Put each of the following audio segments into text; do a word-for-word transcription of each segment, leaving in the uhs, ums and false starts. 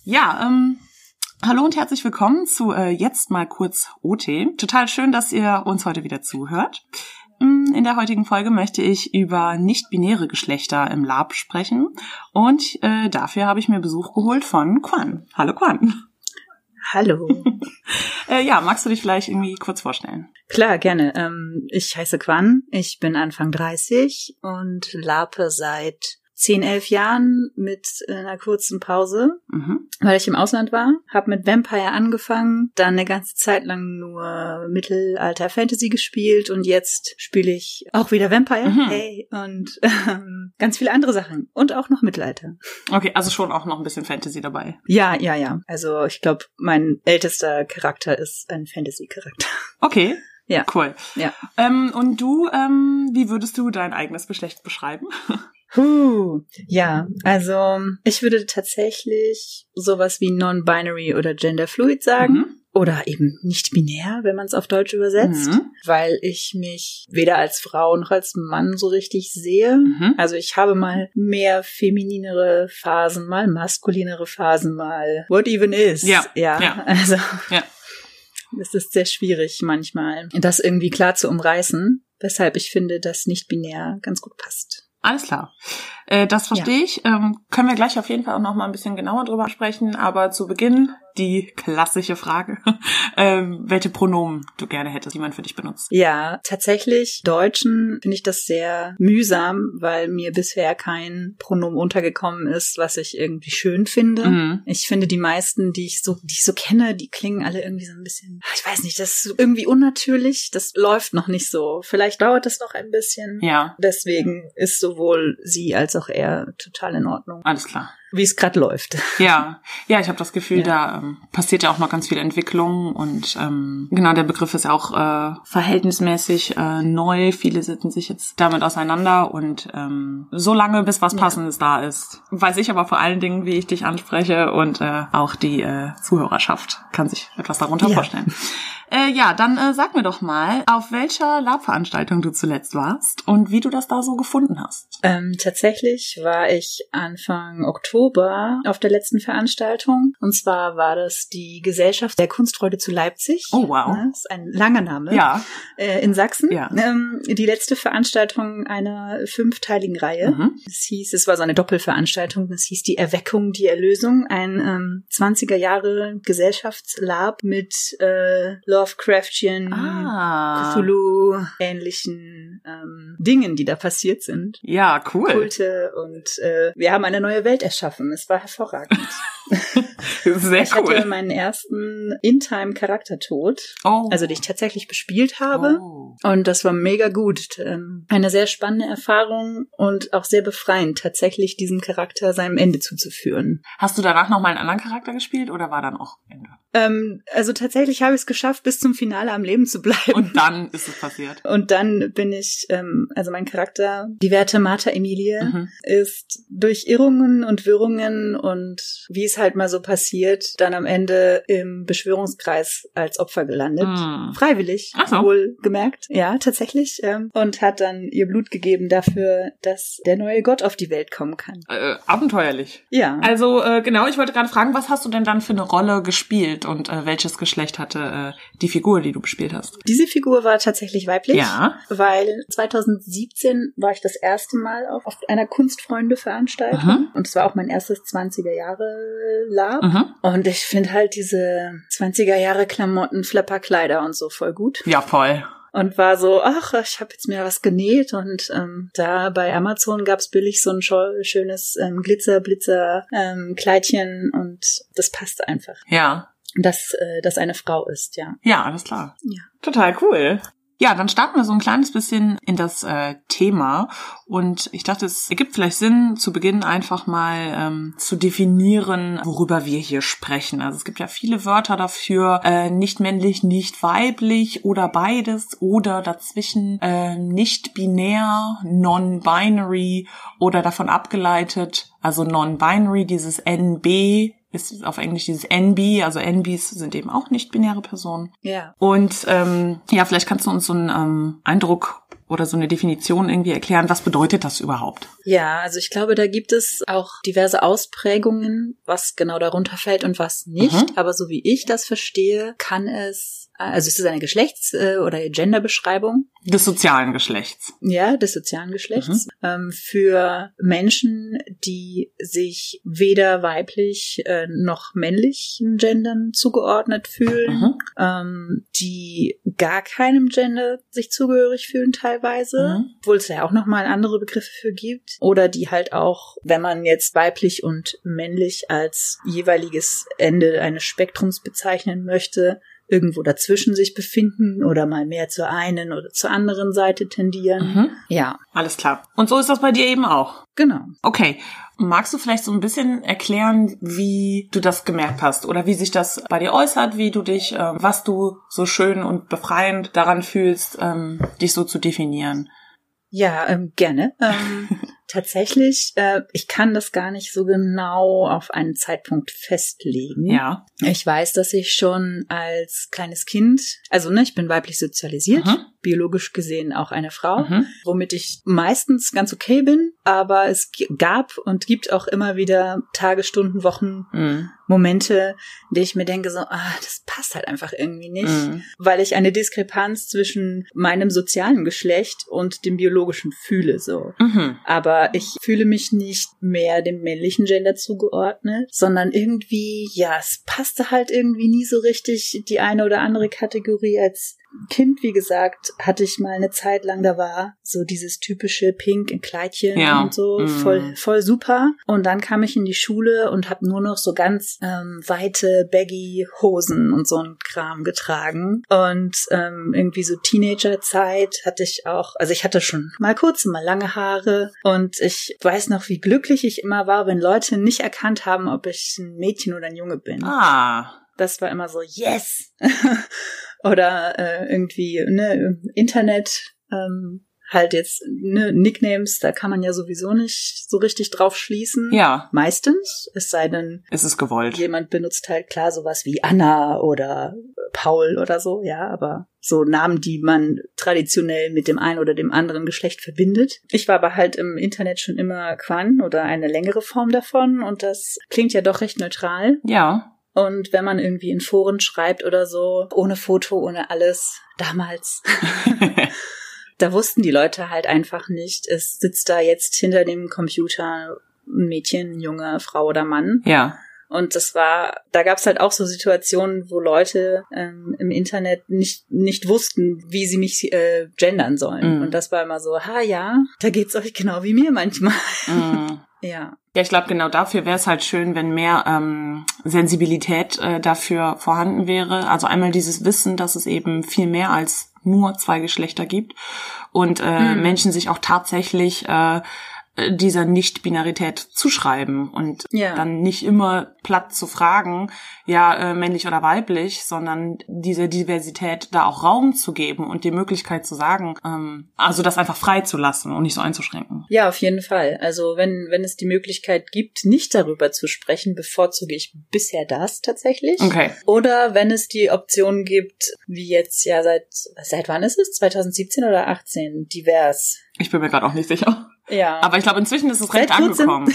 Ja, ähm, hallo und herzlich willkommen zu äh, Jetzt mal kurz O T. Total schön, dass ihr uns heute wieder zuhört. In der heutigen Folge möchte ich über nicht-binäre Geschlechter im Lab sprechen und äh, dafür habe ich mir Besuch geholt von Quan. Hallo Quan. Hallo. äh, ja, magst du dich vielleicht irgendwie kurz vorstellen? Klar, gerne. Ähm, ich heiße Quan, ich bin Anfang dreißig und lape seit zehn, elf Jahren mit einer kurzen Pause, mhm. weil ich im Ausland war. Hab mit Vampire angefangen, dann eine ganze Zeit lang nur Mittelalter-Fantasy gespielt und jetzt spiele ich auch wieder Vampire. Mhm. Hey, und ähm, ganz viele andere Sachen. Und auch noch Mittelalter. Okay, also schon auch noch ein bisschen Fantasy dabei. Ja, ja, ja. Also ich glaube, mein ältester Charakter ist ein Fantasy-Charakter. Okay. Ja. Cool. Ja. Ähm, und du, ähm, wie würdest du dein eigenes Geschlecht beschreiben? Huh, ja, also ich würde tatsächlich sowas wie non-binary oder genderfluid sagen. Mhm. Oder eben nicht binär, wenn man es auf Deutsch übersetzt, mhm. weil ich mich weder als Frau noch als Mann so richtig sehe. Mhm. Also ich habe mal mehr femininere Phasen, mal maskulinere Phasen, mal what even is. Ja, ja, ja. also ja. Es ist sehr schwierig manchmal, das irgendwie klar zu umreißen, weshalb ich finde, dass nicht binär ganz gut passt. Alles klar. Äh, das verstehe ja. ich. Ähm, können wir gleich auf jeden Fall auch noch mal ein bisschen genauer drüber sprechen. Aber zu Beginn die klassische Frage, ähm, welche Pronomen du gerne hättest, die man für dich benutzt. Ja, tatsächlich Deutschen finde ich das sehr mühsam, weil mir bisher kein Pronomen untergekommen ist, was ich irgendwie schön finde. Mhm. Ich finde, die meisten, die ich so, die ich so kenne, die klingen alle irgendwie so ein bisschen, ich weiß nicht, das ist irgendwie unnatürlich. Das läuft noch nicht so. Vielleicht dauert das noch ein bisschen. Ja. Deswegen ist sowohl sie als auch er total in Ordnung. Alles klar. Wie es gerade läuft. Ja, ja, ich habe das Gefühl, ja. da ähm, passiert ja auch noch ganz viel Entwicklung und ähm, genau, der Begriff ist ja auch äh, verhältnismäßig äh, neu. Viele setzen sich jetzt damit auseinander und ähm, so lange, bis was Passendes ja. da ist, weiß ich aber vor allen Dingen, wie ich dich anspreche und äh, auch die äh, Zuhörerschaft kann sich etwas darunter ja. vorstellen. Äh, ja, dann äh, sag mir doch mal, auf welcher Lab-Veranstaltung du zuletzt warst und wie du das da so gefunden hast. Ähm, tatsächlich war ich Anfang Oktober auf der letzten Veranstaltung. Und zwar war das die Gesellschaft der Kunstfreude zu Leipzig. Oh, wow. Das ist ein langer Name. Ja. Äh, in Sachsen. Ja. Ähm, die letzte Veranstaltung einer fünfteiligen Reihe. Mhm. Es hieß, es war so eine Doppelveranstaltung. Es hieß die Erweckung, die Erlösung. Ein ähm, zwanziger Jahre Gesellschaftslab mit äh, Lovecraftian, ah. Cthulhu-ähnlichen ähm, Dingen, die da passiert sind. Ja, cool. Kulte und äh, wir haben eine neue Welt erschaffen. Es war hervorragend. Sehr ich cool. Ich hatte meinen ersten In-Time-Charaktertod, oh. also den ich tatsächlich bespielt habe. Oh. Und das war mega gut. Ähm, eine sehr spannende Erfahrung und auch sehr befreiend, tatsächlich diesem Charakter seinem Ende zuzuführen. Hast du danach noch mal einen anderen Charakter gespielt oder war dann auch Ende? Ähm, also tatsächlich habe ich es geschafft, bis zum Finale am Leben zu bleiben. Und dann ist es passiert. Und dann bin ich, ähm, also mein Charakter, die werte Martha Emilie, mhm. ist durch Irrungen und Wirrungen und wie es halt mal so passiert, dann am Ende im Beschwörungskreis als Opfer gelandet. Mhm. Freiwillig, Ach so. Wohl gemerkt. Ja, tatsächlich. Ähm, und hat dann ihr Blut gegeben dafür, dass der neue Gott auf die Welt kommen kann. Äh, abenteuerlich. Ja. Also äh, genau, ich wollte gerade fragen, was hast du denn dann für eine Rolle gespielt und äh, welches Geschlecht hatte äh, die Figur, die du bespielt hast? Diese Figur war tatsächlich weiblich. Ja. Weil zweitausendsiebzehn war ich das erste Mal auf, auf einer Kunstfreunde-Veranstaltung. Mhm. Und es war auch mein erstes zwanziger Jahre Lab. Mhm. Und ich finde halt diese zwanziger Jahre Klamotten, Flapperkleider und so voll gut. Ja, voll. Und war so, ach, ich habe jetzt mir was genäht und ähm, da bei Amazon gab's billig so ein schönes ähm, Glitzer-Blitzer-Kleidchen ähm, und das passt einfach. Ja. Dass äh, das eine Frau ist, ja. Ja, alles klar. Ja. Total cool. Ja, dann starten wir so ein kleines bisschen in das äh, Thema und ich dachte, es ergibt vielleicht Sinn, zu Beginn einfach mal ähm, zu definieren, worüber wir hier sprechen. Also es gibt ja viele Wörter dafür, äh, nicht männlich, nicht weiblich oder beides oder dazwischen äh, nicht binär, non-binary oder davon abgeleitet, also non-binary, dieses N B ist auf Englisch dieses N B, also N Bs sind eben auch nicht-binäre Personen. Ja. Und ähm, ja, vielleicht kannst du uns so einen ähm, Eindruck oder so eine Definition irgendwie erklären, was bedeutet das überhaupt? Ja, also ich glaube, da gibt es auch diverse Ausprägungen, was genau darunter fällt und was nicht. Mhm. Aber so wie ich das verstehe, kann es, also es ist eine Geschlechts- oder Genderbeschreibung. Des sozialen Geschlechts. Ja, des sozialen Geschlechts. Mhm. Ähm, für Menschen, die sich weder weiblich äh, noch männlichen Gendern zugeordnet fühlen, mhm. ähm, die gar keinem Gender sich zugehörig fühlen teilweise, mhm. obwohl es ja auch nochmal andere Begriffe für gibt. Oder die halt auch, wenn man jetzt weiblich und männlich als jeweiliges Ende eines Spektrums bezeichnen möchte, irgendwo dazwischen sich befinden oder mal mehr zur einen oder zur anderen Seite tendieren. Mhm. Ja. Alles klar. Und so ist das bei dir eben auch. Genau. Okay. Magst du vielleicht so ein bisschen erklären, wie du das gemerkt hast oder wie sich das bei dir äußert, wie du dich, äh, was du so schön und befreiend daran fühlst, ähm, dich so zu definieren? Ja, ähm, gerne. Ähm, tatsächlich, äh, ich kann das gar nicht so genau auf einen Zeitpunkt festlegen. Ja. Ich weiß, dass ich schon als kleines Kind, also ne, ich bin weiblich sozialisiert, mhm. biologisch gesehen auch eine Frau, mhm. womit ich meistens ganz okay bin, aber es g- gab und gibt auch immer wieder Tage, Stunden, Wochen, mhm. Momente, in denen ich mir denke so, ah, das passt halt einfach irgendwie nicht, mhm. weil ich eine Diskrepanz zwischen meinem sozialen Geschlecht und dem biologischen fühle so. Mhm. Aber ich fühle mich nicht mehr dem männlichen Gender zugeordnet, sondern irgendwie, ja, es passte halt irgendwie nie so richtig die eine oder andere Kategorie. Als Kind, wie gesagt, hatte ich mal eine Zeit lang, da war so dieses typische Pink in Kleidchen ja. und so, mm. voll voll super. Und dann kam ich in die Schule und habe nur noch so ganz ähm, weite Baggy-Hosen und so ein Kram getragen. Und ähm, irgendwie so Teenagerzeit hatte ich auch, also ich hatte schon mal kurze, mal lange Haare. Und ich weiß noch, wie glücklich ich immer war, wenn Leute nicht erkannt haben, ob ich ein Mädchen oder ein Junge bin. Ah. Das war immer so, yes! Oder äh, irgendwie ne, Internet, ähm, halt jetzt ne, Nicknames, da kann man ja sowieso nicht so richtig drauf schließen. Ja. Meistens, es sei denn, es ist gewollt. Jemand benutzt halt klar sowas wie Anna oder Paul oder so, ja, aber so Namen, die man traditionell mit dem einen oder dem anderen Geschlecht verbindet. Ich war aber halt im Internet schon immer Quan oder eine längere Form davon und das klingt ja doch recht neutral. Ja. Und wenn man irgendwie in Foren schreibt oder so, ohne Foto, ohne alles, damals, da wussten die Leute halt einfach nicht, es sitzt da jetzt hinter dem Computer ein Mädchen, ein Junge, Frau oder Mann. Ja. Und das war, da gab's halt auch so Situationen, wo Leute ähm, im Internet nicht nicht wussten, wie sie mich äh, gendern sollen. Mm. Und das war immer so, ha ja, da geht's euch genau wie mir manchmal. Mm. Ja. Ja, ich glaube, genau dafür wäre es halt schön, wenn mehr ähm, Sensibilität äh, dafür vorhanden wäre. Also einmal dieses Wissen, dass es eben viel mehr als nur zwei Geschlechter gibt und äh, mm. Menschen sich auch tatsächlich äh, dieser Nicht-Binarität zuschreiben und ja. dann nicht immer platt zu fragen, ja, äh, männlich oder weiblich, sondern diese Diversität da auch Raum zu geben und die Möglichkeit zu sagen, ähm, also das einfach frei zu lassen und nicht so einzuschränken. Ja, auf jeden Fall. Also wenn wenn es die Möglichkeit gibt, nicht darüber zu sprechen, bevorzuge ich bisher das tatsächlich. Okay. Oder wenn es die Option gibt, wie jetzt ja seit, seit wann ist es? zwanzig siebzehn oder achtzehn? Divers. Ich bin mir gerade auch nicht sicher. Ja. Aber ich glaube, inzwischen ist es recht angekommen.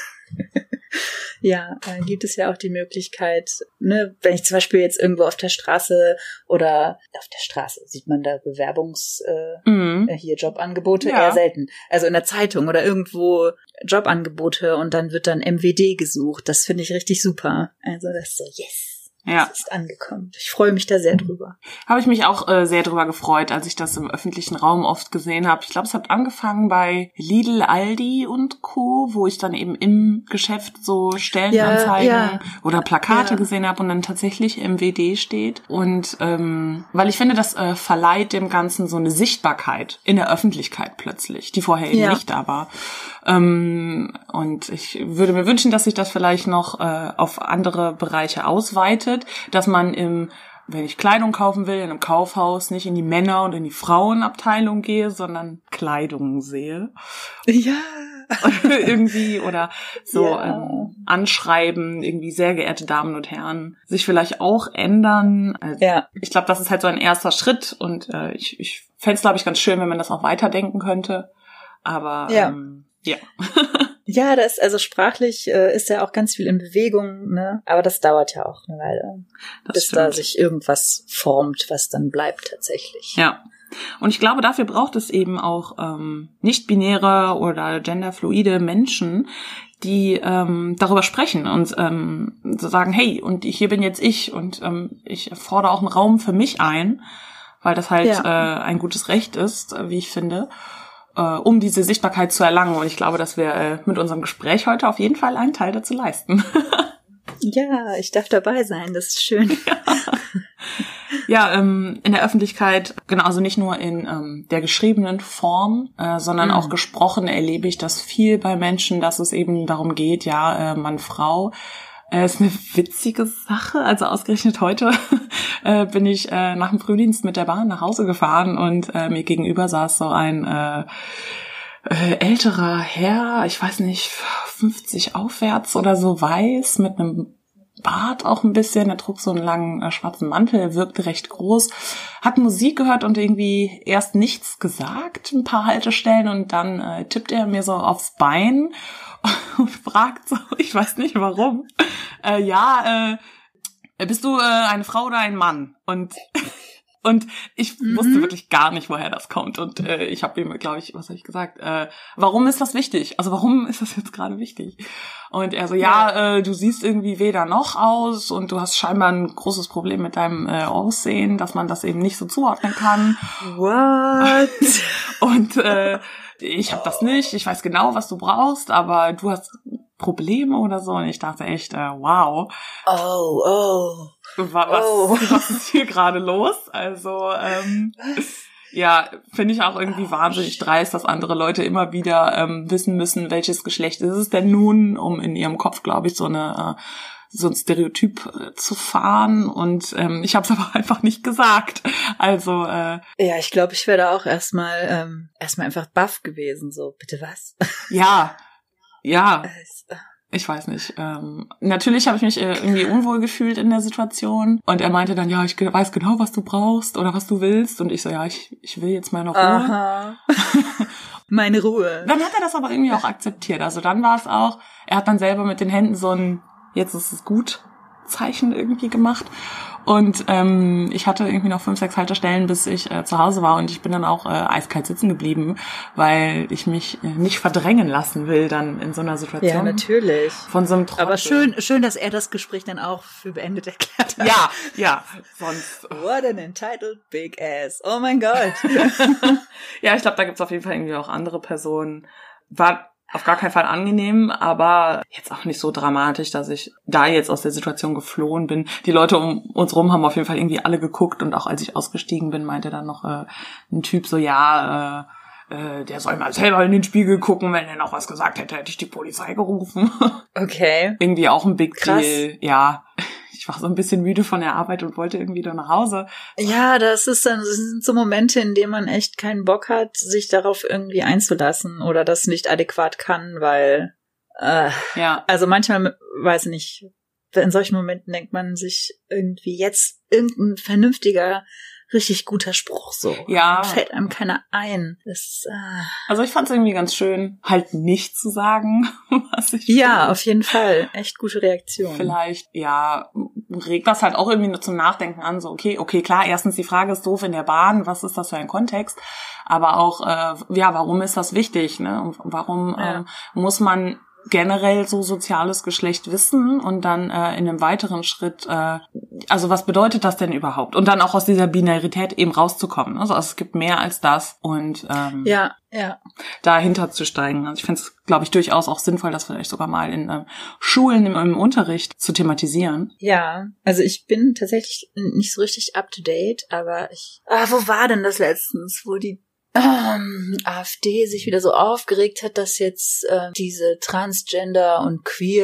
Ja, äh, gibt es ja auch die Möglichkeit, ne, wenn ich zum Beispiel jetzt irgendwo auf der Straße oder auf der Straße sieht man da Bewerbungs, äh, mhm. hier Jobangebote, ja. eher selten. Also in der Zeitung oder irgendwo Jobangebote und dann wird dann M W D gesucht. Das finde ich richtig super. Also das ist so, yes. Ja. Das ist angekommen. Ich freue mich da sehr drüber. Habe ich mich auch äh, sehr drüber gefreut, als ich das im öffentlichen Raum oft gesehen habe. Ich glaube, es hat angefangen bei Lidl, Aldi und Co., wo ich dann eben im Geschäft so Stellenanzeigen ja, ja. oder Plakate ja. gesehen habe und dann tatsächlich M W D steht. Und ähm, weil ich finde, das äh, verleiht dem Ganzen so eine Sichtbarkeit in der Öffentlichkeit plötzlich, die vorher eben ja. nicht da war. Ähm, und ich würde mir wünschen, dass sich das vielleicht noch äh, auf andere Bereiche ausweitet, dass man im, wenn ich Kleidung kaufen will, in einem Kaufhaus nicht in die Männer- und in die Frauenabteilung gehe, sondern Kleidung sehe. Ja. irgendwie oder so ja. ähm, anschreiben, irgendwie sehr geehrte Damen und Herren, sich vielleicht auch ändern. Also ja. Ich glaube, das ist halt so ein erster Schritt und äh, ich, ich fände es, glaube ich, ganz schön, wenn man das auch weiterdenken könnte. Aber ja. ähm, Ja. Ja, das, also sprachlich äh, ist ja auch ganz viel in Bewegung, ne? Aber das dauert ja auch eine Weile, das bis stimmt. Da sich irgendwas formt, was dann bleibt tatsächlich. Ja. Und ich glaube, dafür braucht es eben auch ähm, nicht-binäre oder genderfluide Menschen, die ähm, darüber sprechen und ähm, so sagen, hey, und hier bin jetzt ich und ähm, ich fordere auch einen Raum für mich ein, weil das halt ja. äh, ein gutes Recht ist, äh, wie ich finde, äh, um diese Sichtbarkeit zu erlangen. Und ich glaube, dass wir äh, mit unserem Gespräch heute auf jeden Fall einen Teil dazu leisten. Ja, ich darf dabei sein, das ist schön. Ja. Ja, ähm, in der Öffentlichkeit, genau, also nicht nur in ähm, der geschriebenen Form, äh, sondern mhm. auch gesprochen erlebe ich das viel bei Menschen, dass es eben darum geht, ja, äh, Mann, Frau. Äh, ist eine witzige Sache. Also ausgerechnet heute äh, bin ich äh, nach dem Frühdienst mit der Bahn nach Hause gefahren und äh, mir gegenüber saß so ein äh, äh, älterer Herr, ich weiß nicht, fünfzig aufwärts oder so, weiß, mit einem Bart auch ein bisschen, er trug so einen langen äh, schwarzen Mantel, er wirkte recht groß, hat Musik gehört und irgendwie erst nichts gesagt, ein paar Haltestellen, und dann äh, tippt er mir so aufs Bein und fragt so, ich weiß nicht warum, äh, ja, äh, bist du äh, eine Frau oder ein Mann? Und Und ich mhm. wusste wirklich gar nicht, woher das kommt. Und äh, ich habe ihm, glaube ich, was habe ich gesagt? Äh, warum ist das wichtig? Also warum ist das jetzt gerade wichtig? Und er so, ja, ja äh, du siehst irgendwie weder noch aus und du hast scheinbar ein großes Problem mit deinem äh, Aussehen, dass man das eben nicht so zuordnen kann. What? Und äh, ich habe das nicht. Ich weiß genau, was du brauchst, aber du hast Probleme oder so. Und ich dachte echt, äh, wow. Oh, oh. Was, oh. was ist hier gerade los? Also, ähm, ja, finde ich auch irgendwie wahnsinnig dreist, dass andere Leute immer wieder ähm, wissen müssen, welches Geschlecht ist es denn nun, um in ihrem Kopf, glaube ich, so eine äh, so ein Stereotyp äh, zu fahren. Und ähm, ich habe es aber einfach nicht gesagt. Also äh, ja, ich glaube, ich wäre da auch erstmal ähm, erstmal einfach baff gewesen. So, bitte was? Ja, ja. Ich weiß nicht. Ähm, natürlich habe ich mich äh, irgendwie unwohl gefühlt in der Situation. Und er meinte dann, ja, ich weiß genau, was du brauchst oder was du willst. Und ich so, ja, ich, ich will jetzt meine Ruhe. Aha. Meine Ruhe. Dann hat er das aber irgendwie auch akzeptiert. Also dann war es auch, er hat dann selber mit den Händen so ein, jetzt ist es gut, Zeichen irgendwie gemacht. Und ähm, ich hatte irgendwie noch fünf, sechs Haltestellen, bis ich äh, zu Hause war, und ich bin dann auch äh, eiskalt sitzen geblieben, weil ich mich äh, nicht verdrängen lassen will dann in so einer Situation. Ja, natürlich. Von so einem Trottel. Aber schön, schön, dass er das Gespräch dann auch für beendet erklärt hat. Ja, ja, sonst. What an entitled big ass. Oh mein Gott. Ja, ich glaube, da gibt's auf jeden Fall irgendwie auch andere Personen. War auf gar keinen Fall angenehm, aber jetzt auch nicht so dramatisch, dass ich da jetzt aus der Situation geflohen bin. Die Leute um uns rum haben auf jeden Fall irgendwie alle geguckt, und auch als ich ausgestiegen bin, meinte dann noch äh, ein Typ so, ja, äh, äh, der soll mal selber in den Spiegel gucken, wenn er noch was gesagt hätte, hätte ich die Polizei gerufen. Okay. Irgendwie auch ein Big Krass. Deal, ja. Ich war so ein bisschen müde von der Arbeit und wollte irgendwie da nach Hause. Ja, das ist dann, das sind so Momente, in denen man echt keinen Bock hat, sich darauf irgendwie einzulassen oder das nicht adäquat kann, weil, äh, ja. Also manchmal, weiß ich nicht, in solchen Momenten denkt man sich irgendwie jetzt irgendein vernünftiger, richtig guter Spruch so. Ja. Fällt einem keiner ein. Das, äh also ich fand es irgendwie ganz schön, halt nicht zu sagen, was ich Ja, will. Auf jeden Fall. Echt gute Reaktion. Vielleicht, ja, regt das halt auch irgendwie nur zum Nachdenken an. So, okay, okay, klar, erstens die Frage ist doof in der Bahn, was ist das für ein Kontext? Aber auch, äh, ja, warum ist das wichtig? Ne? Und warum ja. ähm, muss man generell so soziales Geschlecht wissen und dann äh, in einem weiteren Schritt, äh, also was bedeutet das denn überhaupt? Und dann auch aus dieser Binarität eben rauszukommen. Also es gibt mehr als das, und ähm, ja, ja. dahinter zu steigen. Also ich finde es, glaube ich, durchaus auch sinnvoll, das vielleicht sogar mal in äh, Schulen im, im Unterricht zu thematisieren. Ja, also ich bin tatsächlich nicht so richtig up to date, aber ich, ah, wo war denn das letztens, wo die Ähm, AfD sich wieder so aufgeregt hat, dass jetzt äh, diese Transgender- und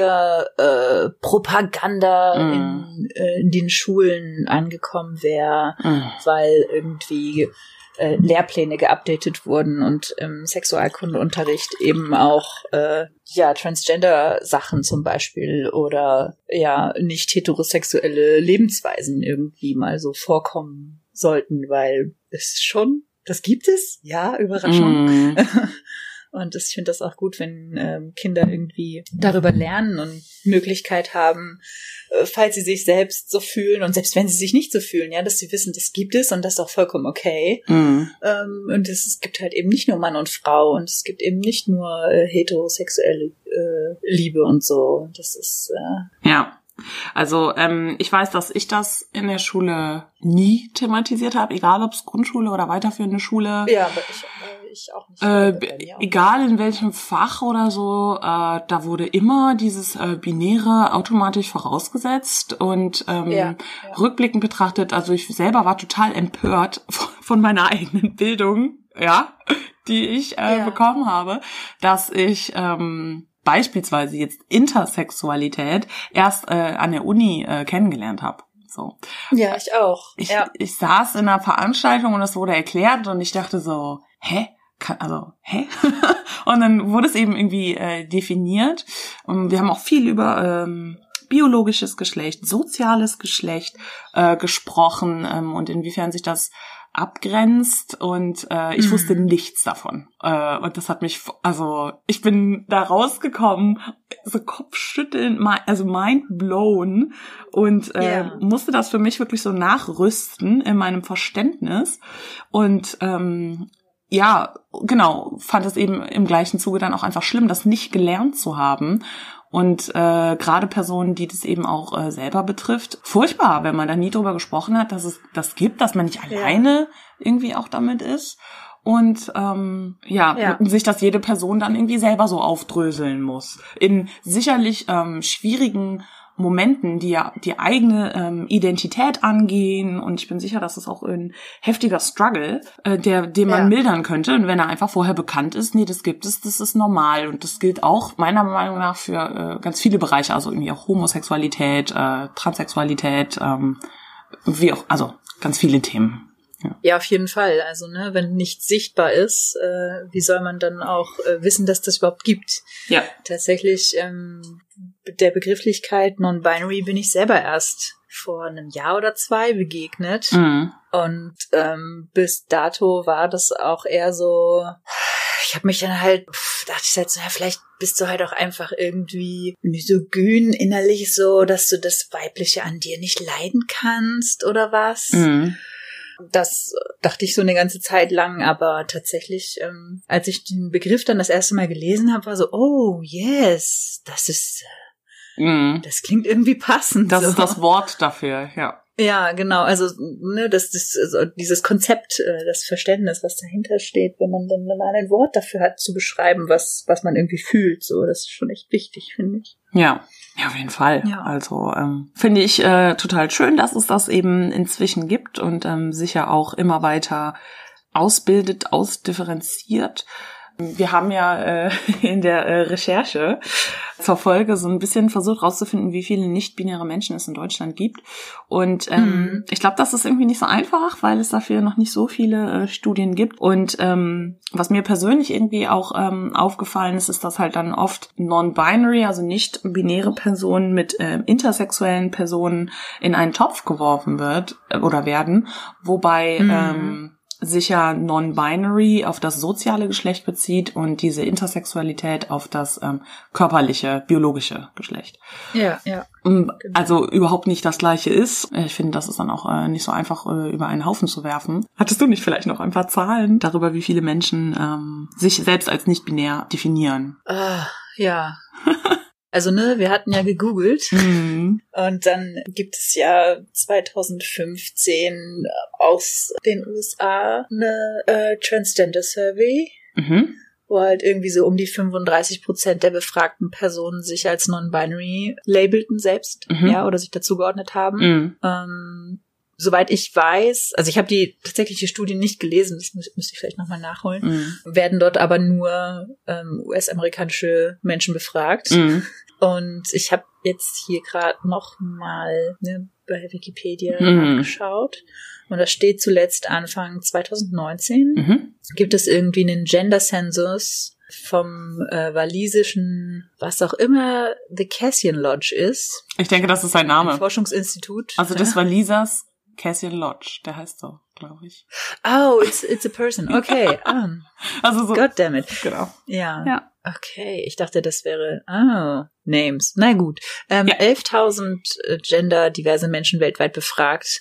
Queer-Propaganda äh, mm. in, äh, in den Schulen angekommen wäre, mm. weil irgendwie äh, Lehrpläne geupdatet wurden und im Sexualkundeunterricht eben auch äh, ja Transgender-Sachen zum Beispiel oder ja nicht heterosexuelle Lebensweisen irgendwie mal so vorkommen sollten, weil es schon Das gibt es? Ja, Überraschung. Mm. Und das, ich finde das auch gut, wenn ähm, Kinder irgendwie darüber lernen und Möglichkeit haben, äh, falls sie sich selbst so fühlen und selbst wenn sie sich nicht so fühlen, ja, dass sie wissen, das gibt es und das ist auch vollkommen okay. Mhm. Ähm, und es, es gibt halt eben nicht nur Mann und Frau und es gibt eben nicht nur äh, heterosexuelle äh, Liebe und so. Das ist äh, ja. Also ähm, ich weiß, dass ich das in der Schule nie thematisiert habe, egal ob es Grundschule oder weiterführende Schule. Ja, aber ich, äh, ich auch nicht. Äh, auch egal in welchem Fach oder so, äh, da wurde immer dieses äh, Binäre automatisch vorausgesetzt und ähm, ja, ja. rückblickend betrachtet, also ich selber war total empört von, von meiner eigenen Bildung, ja, die ich äh, ja. bekommen habe, dass ich ähm, beispielsweise jetzt Intersexualität erst äh, an der Uni äh, kennengelernt habe. So. Ja, ich auch. Ich, ja. ich saß in einer Veranstaltung und es wurde erklärt und ich dachte so, hä? Kann, also, hä? Und dann wurde es eben irgendwie äh, definiert. Und wir haben auch viel über ähm, biologisches Geschlecht, soziales Geschlecht äh, gesprochen ähm, und inwiefern sich das abgrenzt und äh, ich mhm. wusste nichts davon. Äh, und das hat mich, also ich bin da rausgekommen, so kopfschüttelnd, also mind blown und äh, yeah. musste das für mich wirklich so nachrüsten in meinem Verständnis. Und ähm, ja, genau, fand es eben im gleichen Zuge dann auch einfach schlimm, das nicht gelernt zu haben. Und äh, gerade Personen, die das eben auch äh, selber betrifft, furchtbar, wenn man da nie drüber gesprochen hat, dass es das gibt, dass man nicht alleine ja. irgendwie auch damit ist. Und ähm, ja, ja, sich das jede Person dann irgendwie selber so aufdröseln muss. In sicherlich ähm, schwierigen Momenten, die ja die eigene ähm, Identität angehen, und ich bin sicher, dass es auch ein heftiger Struggle, äh, der den man ja. mildern könnte, und wenn er einfach vorher bekannt ist, nee, das gibt es, das ist normal, und das gilt auch meiner Meinung nach für äh, ganz viele Bereiche, also irgendwie auch Homosexualität, äh, Transsexualität, ähm, wie auch, also ganz viele Themen. Ja. ja, auf jeden Fall. Also, ne, wenn nichts sichtbar ist, äh, wie soll man dann auch äh, wissen, dass das überhaupt gibt? Ja. Tatsächlich, ähm, der Begrifflichkeit Non-Binary bin ich selber erst vor einem Jahr oder zwei begegnet. Mhm. Und ähm, bis dato war das auch eher so, ich habe mich dann halt, pff, dachte ich halt so, ja, vielleicht bist du halt auch einfach irgendwie misogyn innerlich so, dass du das Weibliche an dir nicht leiden kannst oder was. Mhm. Das dachte ich so eine ganze Zeit lang, aber tatsächlich, ähm, als ich den Begriff dann das erste Mal gelesen habe, war so, oh, yes, das ist, mm. das klingt irgendwie passend. Das so. ist das Wort dafür, ja. Ja, genau, also ne, das, das also dieses Konzept, äh, das Verständnis, was dahinter steht, wenn man dann mal ein Wort dafür hat, zu beschreiben, was was man irgendwie fühlt, so, das ist schon echt wichtig, finde ich. Ja. Ja, auf jeden Fall. Ja. Also ähm, finde ich äh, total schön, dass es das eben inzwischen gibt und ähm, sicher auch immer weiter ausbildet, ausdifferenziert. Wir haben ja äh, in der äh, Recherche zur Folge so ein bisschen versucht rauszufinden, wie viele nicht-binäre Menschen es in Deutschland gibt. Und ähm, mhm. ich glaube, das ist irgendwie nicht so einfach, weil es dafür noch nicht so viele äh, Studien gibt. Und ähm, was mir persönlich irgendwie auch ähm, aufgefallen ist, ist, dass halt dann oft non-binary, also nicht-binäre Personen mit äh, intersexuellen Personen in einen Topf geworfen wird äh, oder werden, wobei mhm. ähm, sich ja non-binary auf das soziale Geschlecht bezieht und diese Intersexualität auf das ähm, körperliche, biologische Geschlecht. Ja, ja. Also überhaupt nicht das Gleiche ist. Ich finde, das ist dann auch äh, nicht so einfach, äh, über einen Haufen zu werfen. Hattest du nicht vielleicht noch ein paar Zahlen darüber, wie viele Menschen ähm, sich selbst als nicht-binär definieren? Ah, ja. Also, ne, wir hatten ja gegoogelt mhm. und dann gibt es ja zwanzig fünfzehn aus den U S A eine äh, Transgender Survey, mhm. wo halt irgendwie so um die fünfunddreißig Prozent der befragten Personen sich als non-binary labelten selbst, mhm. ja, oder sich dazugeordnet haben. Mhm. Ähm, Soweit ich weiß, also ich habe die tatsächliche Studie nicht gelesen, das müß, müsste ich vielleicht nochmal nachholen, mm. werden dort aber nur ähm, U S-amerikanische Menschen befragt. Mm. Und ich habe jetzt hier gerade noch mal ne, bei Wikipedia mm. nachgeschaut. Und da steht zuletzt Anfang zwanzig neunzehn, mhm. gibt es irgendwie einen Gender-Census vom äh, walisischen, was auch immer The Cassian Lodge ist. Ich denke, das ist sein Name. Ein Forschungsinstitut. Also des Walisers Cassian Lodge, der heißt so. glaube ich. Oh, it's it's a person. Okay. Um, also so. God damn it. Genau. Ja. Ja. Okay, ich dachte, das wäre, oh, Names. Na gut. Ähm, Ja. elftausend genderdiverse Menschen weltweit befragt,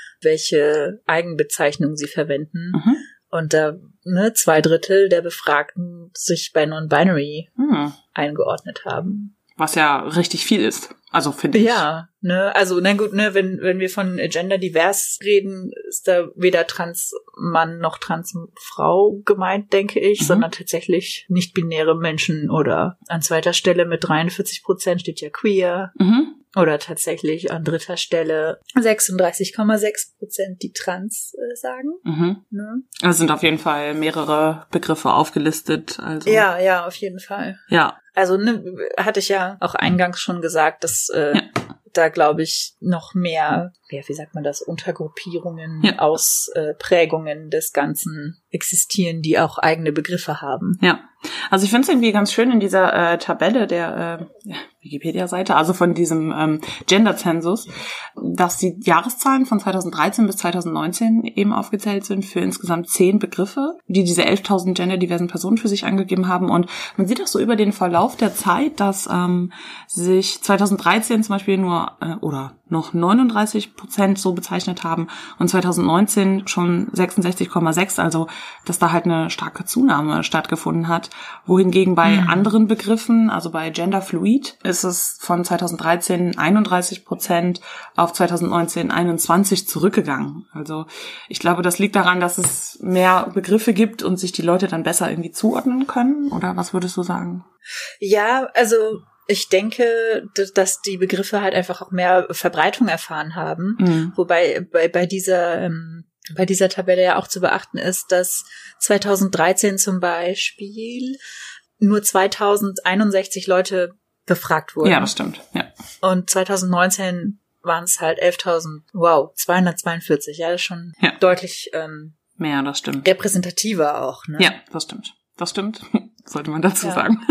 welche Eigenbezeichnungen sie verwenden. Mhm. Und da, ne, zwei Drittel der Befragten sich bei Non-Binary Hm. eingeordnet haben. Was ja richtig viel ist. Also finde ich. Ja, ne, also na gut, ne, wenn wenn wir von genderdivers reden, ist da weder Trans-Mann noch Trans-Frau gemeint, denke ich, Mhm. sondern tatsächlich nicht-binäre Menschen oder an zweiter Stelle mit dreiundvierzig Prozent steht ja queer Mhm. oder tatsächlich an dritter Stelle sechsunddreißig Komma sechs Prozent, die trans äh, sagen. Mhm. Ne? Es sind auf jeden Fall mehrere Begriffe aufgelistet. Also. Ja, ja, auf jeden Fall. Ja. Also ne, hatte ich ja auch eingangs schon gesagt, dass äh, Ja. da, glaube ich, noch mehr, ja, wie sagt man das, Untergruppierungen, Ja. Ausprägungen des Ganzen existieren, die auch eigene Begriffe haben. Ja, also ich finde es irgendwie ganz schön in dieser äh, Tabelle der äh, Wikipedia-Seite, also von diesem ähm, Gender-Zensus, dass die Jahreszahlen von zweitausenddreizehn bis zweitausendneunzehn eben aufgezählt sind für insgesamt zehn Begriffe, die diese elftausend genderdiversen Personen für sich angegeben haben. Und man sieht auch so über den Verlauf der Zeit, dass ähm, sich zweitausenddreizehn zum Beispiel nur äh, oder noch neununddreißig Prozent so bezeichnet haben und zweitausendneunzehn schon sechsundsechzig Komma sechs, also dass da halt eine starke Zunahme stattgefunden hat. Wohingegen bei Mhm. anderen Begriffen, also bei Genderfluid, ist es von zweitausenddreizehn einunddreißig Prozent auf zweitausendneunzehn einundzwanzig zurückgegangen. Also ich glaube, das liegt daran, dass es mehr Begriffe gibt und sich die Leute dann besser irgendwie zuordnen können. Oder was würdest du sagen? Ja, also ich denke, d- dass die Begriffe halt einfach auch mehr Verbreitung erfahren haben. Mhm. Wobei bei, bei dieser ähm, bei dieser Tabelle ja auch zu beachten ist, dass zweitausenddreizehn zum Beispiel nur zweitausendeinundsechzig Leute befragt wurden. Ja, das stimmt. Ja. Und zweitausendneunzehn waren es halt elftausend, wow, zweihundertzweiundvierzig. Ja, das ist schon Ja. deutlich ähm, Mehr, das stimmt. repräsentativer auch. Ne? Ja, das stimmt. Das stimmt. Sollte man dazu Ja. sagen.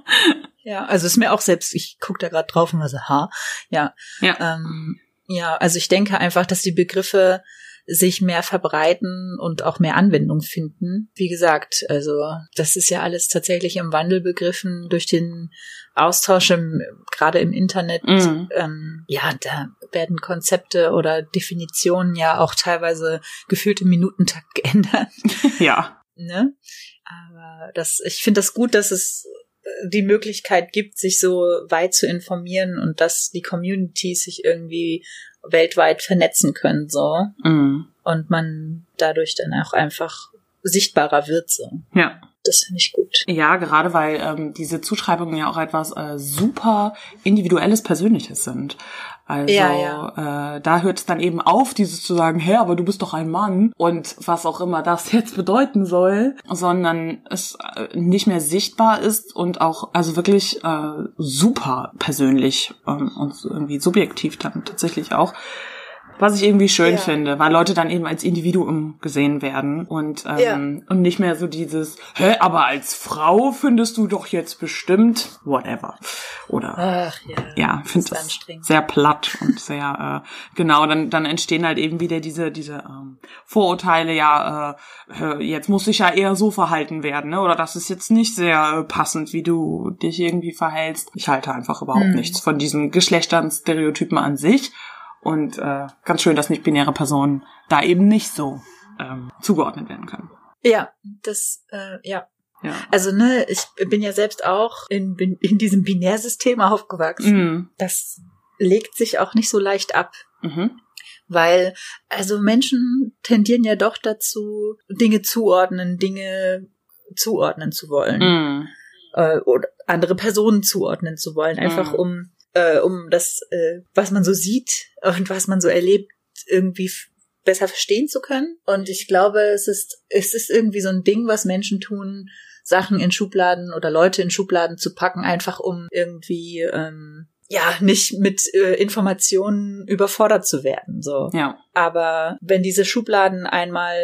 Ja, also ist mir auch selbst, ich gucke da gerade drauf und war so, ha, ja. Ja. Ähm, ja, also ich denke einfach, dass die Begriffe sich mehr verbreiten und auch mehr Anwendung finden. Wie gesagt, also das ist ja alles tatsächlich im Wandel begriffen durch den Austausch im, gerade im Internet. Mhm. Ähm, ja, da werden Konzepte oder Definitionen ja auch teilweise gefühlt im Minutentakt geändert. Ja. Ne? Aber das, ich finde das gut, dass es die Möglichkeit gibt, sich so weit zu informieren und dass die Communities sich irgendwie weltweit vernetzen können, so. Mhm. Und man dadurch dann auch einfach sichtbarer wird, so. Ja. Das finde ich gut. Ja, gerade weil ähm, diese Zuschreibungen ja auch etwas äh, super Individuelles, Persönliches sind. Also Ja, Äh, da hört es dann eben auf, dieses zu sagen, hä, aber du bist doch ein Mann und was auch immer das jetzt bedeuten soll, sondern es äh, nicht mehr sichtbar ist und auch also wirklich äh, super persönlich ähm, und irgendwie subjektiv dann tatsächlich auch. Was ich irgendwie schön Ja. finde, weil Leute dann eben als Individuum gesehen werden und ähm, Ja. und nicht mehr so dieses, hä, aber als Frau findest du doch jetzt bestimmt whatever. Oder Ach ja. ja, finde ist das anstrengend. sehr platt und sehr äh, genau, dann dann entstehen halt eben wieder diese diese ähm, Vorurteile, ja, äh, äh, jetzt muss ich ja eher so verhalten werden, ne? Oder das ist jetzt nicht sehr äh, passend, wie du dich irgendwie verhältst. Ich halte einfach überhaupt Hm. nichts von diesen Geschlechterstereotypen an sich. Und äh, ganz schön, dass nicht-binäre Personen da eben nicht so ähm, zugeordnet werden können. Ja, das, äh, ja. Ja. Also, ne, ich bin ja selbst auch in, in diesem Binärsystem aufgewachsen. Mhm. Das legt sich auch nicht so leicht ab. Mhm. Weil, also Menschen tendieren ja doch dazu, Dinge zuordnen, Dinge zuordnen zu wollen. Mhm. Äh, oder andere Personen zuordnen zu wollen. Einfach Mhm. um, äh, um das, äh, was man so sieht und was man so erlebt, irgendwie f- besser verstehen zu können. Und ich glaube, es ist, es ist irgendwie so ein Ding, was Menschen tun, Sachen in Schubladen oder Leute in Schubladen zu packen, einfach um irgendwie, ähm, ja, nicht mit äh, Informationen überfordert zu werden, so. Ja. Aber wenn diese Schubladen einmal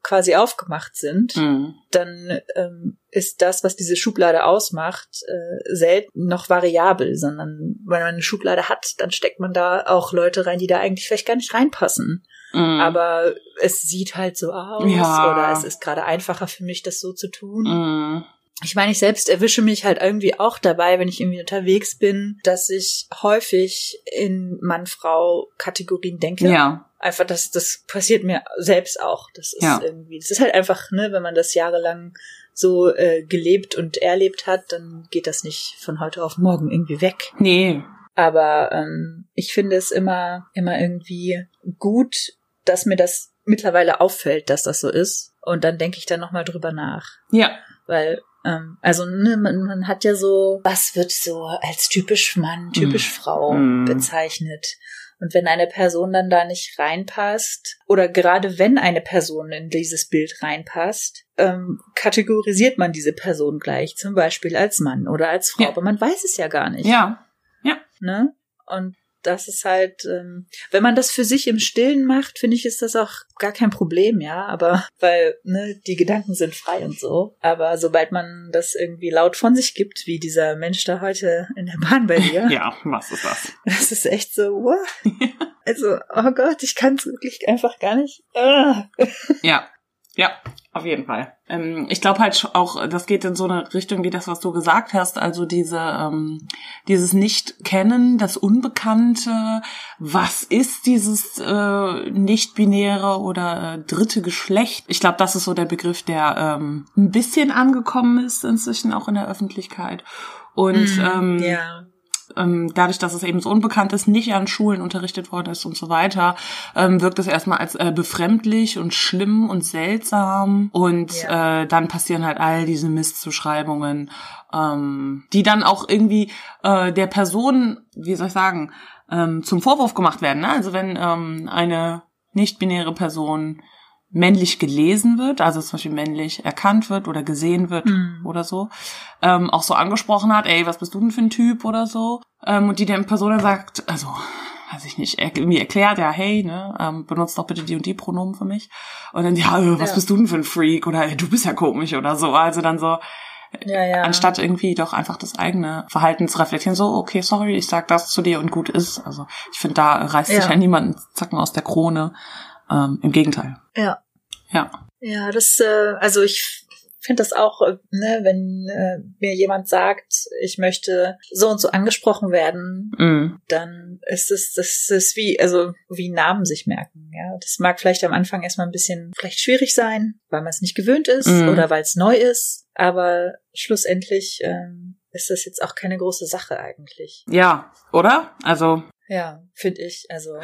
quasi aufgemacht sind, mhm. dann ähm, ist das, was diese Schublade ausmacht, äh, selten noch variabel, sondern wenn man eine Schublade hat, dann steckt man da auch Leute rein, die da eigentlich vielleicht gar nicht reinpassen. Mhm. Aber es sieht halt so aus ja. oder es ist gerade einfacher für mich, das so zu tun. Mhm. Ich meine, ich selbst erwische mich halt irgendwie auch dabei, wenn ich irgendwie unterwegs bin, dass ich häufig in Mann-Frau-Kategorien denke. Ja. Einfach, das, das passiert mir selbst auch. Das ist ja. irgendwie, das ist halt einfach, ne, wenn man das jahrelang so äh, gelebt und erlebt hat, dann geht das nicht von heute auf morgen irgendwie weg. Nee. Aber ähm, ich finde es immer, immer irgendwie gut, dass mir das mittlerweile auffällt, dass das so ist. Und dann denke ich dann nochmal drüber nach. Ja. Weil Also ne, man, man hat ja so, was wird so als typisch Mann, typisch mm. Frau mm. bezeichnet. Und wenn eine Person dann da nicht reinpasst, oder gerade wenn eine Person in dieses Bild reinpasst, ähm, kategorisiert man diese Person gleich, zum Beispiel als Mann oder als Frau. Ja. Aber man weiß es ja gar nicht. Ja, ja. Ne? Und das ist halt, ähm, wenn man das für sich im Stillen macht, finde ich, ist das auch gar kein Problem, ja, aber, weil, ne, die Gedanken sind frei und so, aber sobald man das irgendwie laut von sich gibt, wie dieser Mensch da heute in der Bahn bei dir. Ja, was ist das? Das ist echt so, what? Also, oh Gott, ich kann es wirklich einfach gar nicht. Ah. Ja. Ja, auf jeden Fall. Ähm, ich glaube halt auch, das geht in so eine Richtung wie das, was du gesagt hast, also diese ähm, dieses Nicht-Kennen, das Unbekannte, was ist dieses äh, nicht-binäre oder äh, dritte Geschlecht? Ich glaube, das ist so der Begriff, der ähm, ein bisschen angekommen ist inzwischen auch in der Öffentlichkeit. Und mm, ähm, ja. Ähm, dadurch, dass es eben so unbekannt ist, nicht an Schulen unterrichtet worden ist und so weiter, ähm, wirkt es erstmal als äh, befremdlich und schlimm und seltsam und ja. äh, dann passieren halt all diese Mistzuschreibungen, ähm, die dann auch irgendwie äh, der Person, wie soll ich sagen, ähm, zum Vorwurf gemacht werden. Ne? Also wenn ähm, eine nicht-binäre Person männlich gelesen wird, also zum Beispiel männlich erkannt wird oder gesehen wird mhm. oder so, ähm, auch so angesprochen hat, ey, was bist du denn für ein Typ oder so, ähm, und die der Person dann sagt, also, weiß ich nicht, er, irgendwie erklärt, ja, hey, ne, ähm, benutzt doch bitte die und die Pronomen für mich, und dann, ja, äh, was ja. bist du denn für ein Freak, oder ey, du bist ja komisch oder so, also dann so, ja, ja. anstatt irgendwie doch einfach das eigene Verhalten zu reflektieren, so, okay, sorry, ich sag das zu dir und gut ist, also ich finde, da reißt ja. sich ja niemand einen Zacken aus der Krone, ähm, im Gegenteil. Ja. Ja. Ja, das, äh, also ich finde das auch, ne, wenn äh, mir jemand sagt, ich möchte so und so angesprochen werden, mm. dann ist es, das ist wie, also wie Namen sich merken, ja. Das mag vielleicht am Anfang erstmal ein bisschen vielleicht schwierig sein, weil man es nicht gewöhnt ist mm. oder weil es neu ist, aber schlussendlich ähm, ist das jetzt auch keine große Sache eigentlich. Ja, oder? Also. Ja, finde ich, also.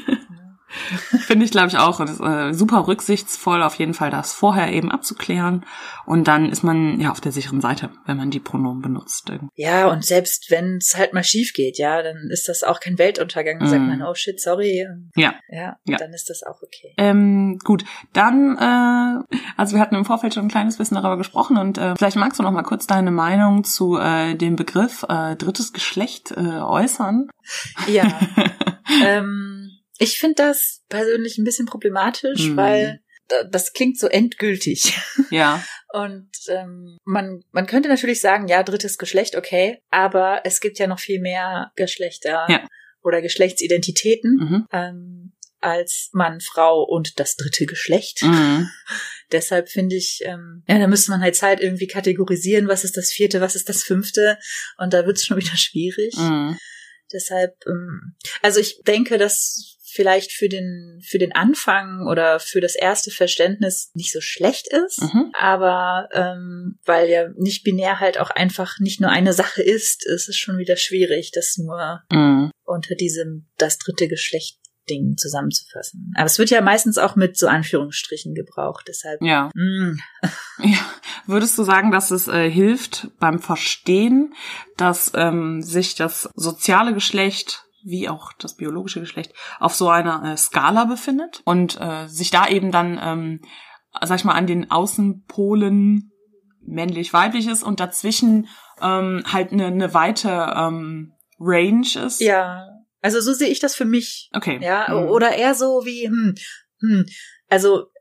Finde ich, glaube ich, auch. Und es ist äh, super rücksichtsvoll, auf jeden Fall das vorher eben abzuklären. Und dann ist man ja auf der sicheren Seite, wenn man die Pronomen benutzt. Ja, und selbst wenn es halt mal schief geht, ja, dann ist das auch kein Weltuntergang. Dann mm. sagt man, oh shit, sorry. Ja. Ja, ja. dann ist das auch okay. Ähm, gut, dann, äh, also wir hatten im Vorfeld schon ein kleines bisschen darüber gesprochen und äh, vielleicht magst du noch mal kurz deine Meinung zu äh, dem Begriff äh, drittes Geschlecht äh, äußern. Ja, ähm, ich finde das persönlich ein bisschen problematisch, mm. weil das klingt so endgültig. Ja. Und ähm, man man könnte natürlich sagen, ja, drittes Geschlecht, okay, aber es gibt ja noch viel mehr Geschlechter ja. oder Geschlechtsidentitäten mhm. ähm, als Mann, Frau und das dritte Geschlecht. Mhm. Deshalb finde ich, ähm, ja, da müsste man halt halt irgendwie kategorisieren, was ist das vierte, was ist das fünfte, und da wird es schon wieder schwierig. Mhm. Deshalb, ähm, also ich denke, dass vielleicht für den für den Anfang oder für das erste Verständnis nicht so schlecht ist, mhm. aber ähm, weil ja nicht binär halt auch einfach nicht nur eine Sache ist, ist es schon wieder schwierig, das nur mhm. unter diesem das dritte Geschlecht Ding zusammenzufassen. Aber es wird ja meistens auch mit so Anführungsstrichen gebraucht, deshalb. Ja. Mm. Ja. Würdest du sagen, dass es äh, hilft beim Verstehen, dass ähm, sich das soziale Geschlecht wie auch das biologische Geschlecht auf so einer äh, Skala befindet und äh, sich da eben dann, ähm, sag ich mal, an den Außenpolen männlich-weiblich ist und dazwischen ähm, halt eine, eine weite ähm, Range ist? Ja, also so sehe ich das für mich. Okay. Ja, mhm. oder eher so wie, hm, hm, also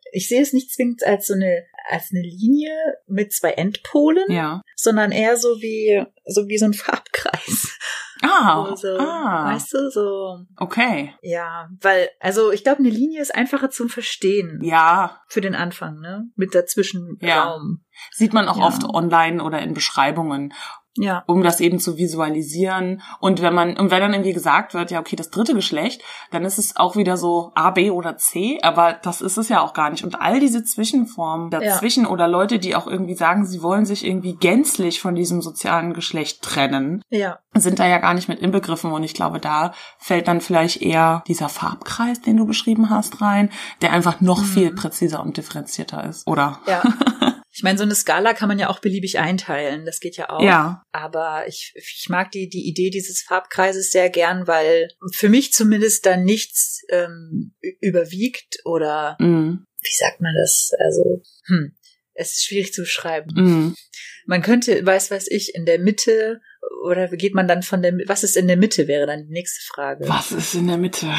ich sehe es nicht zwingend als so eine, als eine Linie mit zwei Endpolen, ja. sondern eher so wie, so wie so ein Farbkreis. Ah, also, ah. Weißt du, so. Okay. Ja, weil, also ich glaube, eine Linie ist einfacher zum Verstehen. Ja. Für den Anfang, ne? Mit dazwischen ja. Raum. Sieht man auch ja. oft online oder in Beschreibungen. Ja. Um das eben zu visualisieren. Und wenn man, und wenn dann irgendwie gesagt wird, ja, okay, das dritte Geschlecht, dann ist es auch wieder so A, B oder C, aber das ist es ja auch gar nicht. Und all diese Zwischenformen dazwischen ja. oder Leute, die auch irgendwie sagen, sie wollen sich irgendwie gänzlich von diesem sozialen Geschlecht trennen, ja. sind da ja gar nicht mit inbegriffen. Und ich glaube, da fällt dann vielleicht eher dieser Farbkreis, den du beschrieben hast, rein, der einfach noch mhm. viel präziser und differenzierter ist, oder? Ja. Ich meine, so eine Skala kann man ja auch beliebig einteilen, das geht ja auch. Ja. Aber ich, ich mag die, die Idee dieses Farbkreises sehr gern, weil für mich zumindest da nichts ähm, überwiegt oder, mm. wie sagt man das? Also, hm, es ist schwierig zu beschreiben. Mm. Man könnte, weiß weiß ich, in der Mitte, oder geht man dann von der, was ist in der Mitte, wäre dann die nächste Frage. Was ist in der Mitte?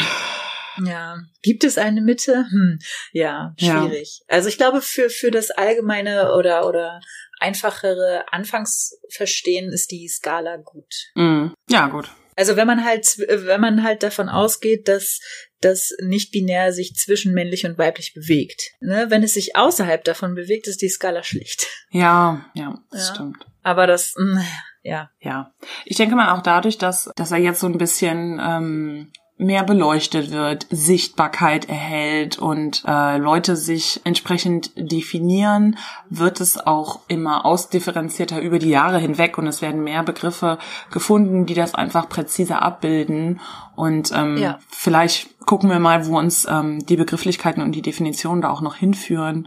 Ja. Gibt es eine Mitte? Hm. Ja, schwierig. Ja. Also ich glaube, für, für das allgemeine oder, oder einfachere Anfangsverstehen ist die Skala gut. Mm. Ja, gut. Also wenn man halt, wenn man halt davon ausgeht, dass das nicht-binär sich zwischen männlich und weiblich bewegt. Ne? Wenn es sich außerhalb davon bewegt, ist die Skala schlicht. Ja, ja, das ja. stimmt. Aber das, mh, ja. Ja. Ich denke mal auch dadurch, dass, dass er jetzt so ein bisschen, ähm, mehr beleuchtet wird, Sichtbarkeit erhält und äh, Leute sich entsprechend definieren, wird es auch immer ausdifferenzierter über die Jahre hinweg und es werden mehr Begriffe gefunden, die das einfach präziser abbilden und ähm, ja. vielleicht gucken wir mal, wo uns ähm, die Begrifflichkeiten und die Definitionen da auch noch hinführen.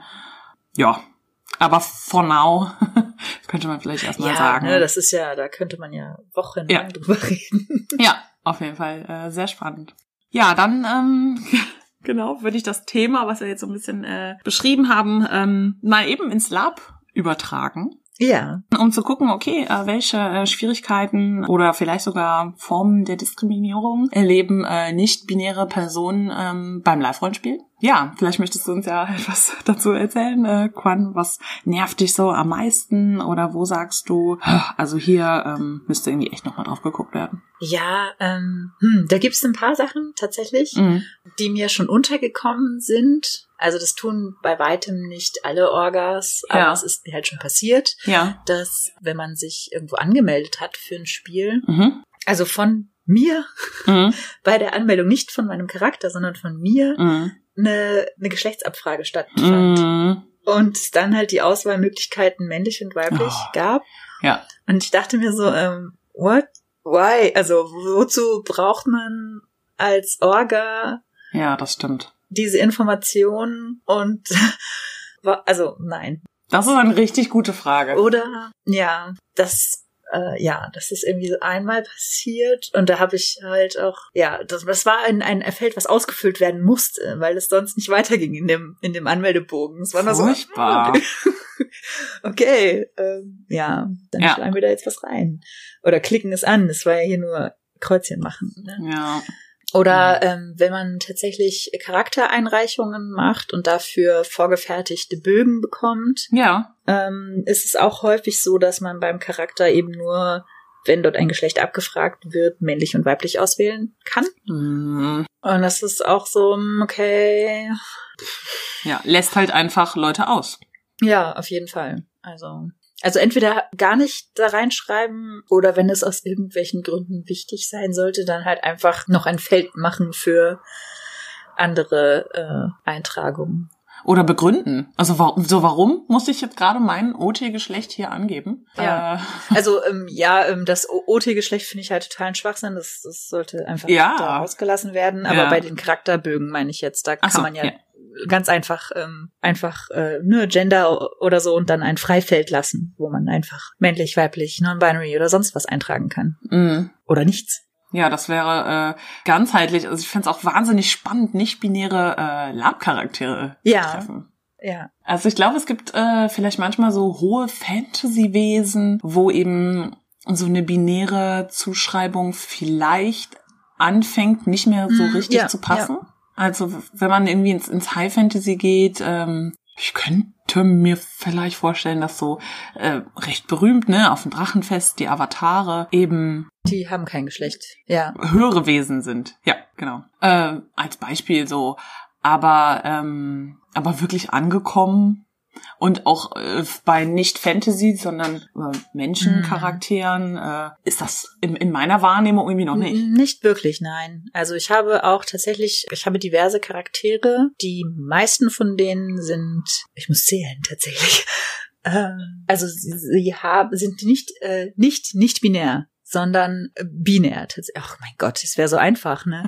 Ja, aber for now könnte man vielleicht erstmal ja, sagen. Ja, ne, das ist ja, da könnte man ja wochenlang ja. drüber reden. Ja. Auf jeden Fall äh, sehr spannend. Ja, dann ähm, genau würde ich das Thema, was wir jetzt so ein bisschen äh, beschrieben haben, ähm, mal eben ins Lab übertragen. Ja. Um zu gucken, okay, äh, welche äh, Schwierigkeiten oder vielleicht sogar Formen der Diskriminierung erleben äh, nicht-binäre Personen ähm, beim Live-Rollenspiel. Ja, vielleicht möchtest du uns ja etwas dazu erzählen, äh, Quan, was nervt dich so am meisten oder wo sagst du, also hier ähm, müsste irgendwie echt nochmal drauf geguckt werden? Ja, ähm, hm, da gibt's ein paar Sachen tatsächlich, mhm. die mir schon untergekommen sind. Also das tun bei weitem nicht alle Orgas, aber ja. es ist mir halt schon passiert, ja. dass wenn man sich irgendwo angemeldet hat für ein Spiel, mhm. also von mir, mhm. bei der Anmeldung nicht von meinem Charakter, sondern von mir, mhm. eine, eine Geschlechtsabfrage stattfand. Mhm. Und es dann halt die Auswahlmöglichkeiten männlich und weiblich oh. gab. Ja. Und ich dachte mir so, ähm, what? Why? Also wozu braucht man als Orga ja, das stimmt. diese Informationen? Und also nein. Das ist eine richtig gute Frage. Oder ja, das äh, ja, das ist irgendwie so einmal passiert und da habe ich halt auch, ja, das, das war ein, ein Feld, was ausgefüllt werden musste, weil es sonst nicht weiterging in dem in dem Anmeldebogen. Es war nur so, furchtbar. Okay, okay ähm, ja, dann ja. schlagen wir da jetzt was rein. Oder klicken es an, es war ja hier nur Kreuzchen machen. Ne? Ja. Oder ähm, wenn man tatsächlich Charaktereinreichungen macht und dafür vorgefertigte Bögen bekommt, ja. ähm, ist es auch häufig so, dass man beim Charakter eben nur, wenn dort ein Geschlecht abgefragt wird, männlich und weiblich auswählen kann. Mhm. Und das ist auch so, okay. Ja, lässt halt einfach Leute aus. Ja, auf jeden Fall. Also... Also entweder gar nicht da reinschreiben oder wenn es aus irgendwelchen Gründen wichtig sein sollte, dann halt einfach noch ein Feld machen für andere äh, Eintragungen. Oder begründen. Also warum, so warum muss ich jetzt gerade mein O T-Geschlecht hier angeben? Ja. Äh. Also ähm, ja, ähm, das O T-Geschlecht finde ich halt totalen Schwachsinn. Das, das sollte einfach ja. da rausgelassen werden. Aber ja. bei den Charakterbögen meine ich jetzt, da kann so, man ja, ja. ganz einfach ähm, einfach äh, nur Gender oder so und dann ein Freifeld lassen, wo man einfach männlich, weiblich, non-binary oder sonst was eintragen kann. Mhm. Oder nichts. Ja, das wäre äh, ganzheitlich, also ich fände es auch wahnsinnig spannend, nicht-binäre äh, Lab-Charaktere ja. zu treffen. Ja. Also ich glaube, es gibt äh, vielleicht manchmal so hohe Fantasy-Wesen, wo eben so eine binäre Zuschreibung vielleicht anfängt, nicht mehr so richtig ja, zu passen. Ja. Also wenn man irgendwie ins, ins High Fantasy geht, ähm, ich könnte mir vielleicht vorstellen, dass so äh, recht berühmt, ne, auf dem Drachenfest die Avatare eben die haben kein Geschlecht, ja, höhere Wesen sind. Ja, genau. Äh, als Beispiel so, aber ähm, aber wirklich angekommen. Und auch äh, bei nicht Fantasy, sondern äh, Menschencharakteren äh, ist das in, in meiner Wahrnehmung irgendwie noch nicht. Nicht wirklich, nein. Also ich habe auch tatsächlich, ich habe diverse Charaktere. Die meisten von denen sind, ich muss zählen tatsächlich. Ähm, also sie, sie haben, sind nicht äh, nicht nicht binär, sondern binär. Ach mein Gott, es wäre so einfach, ne?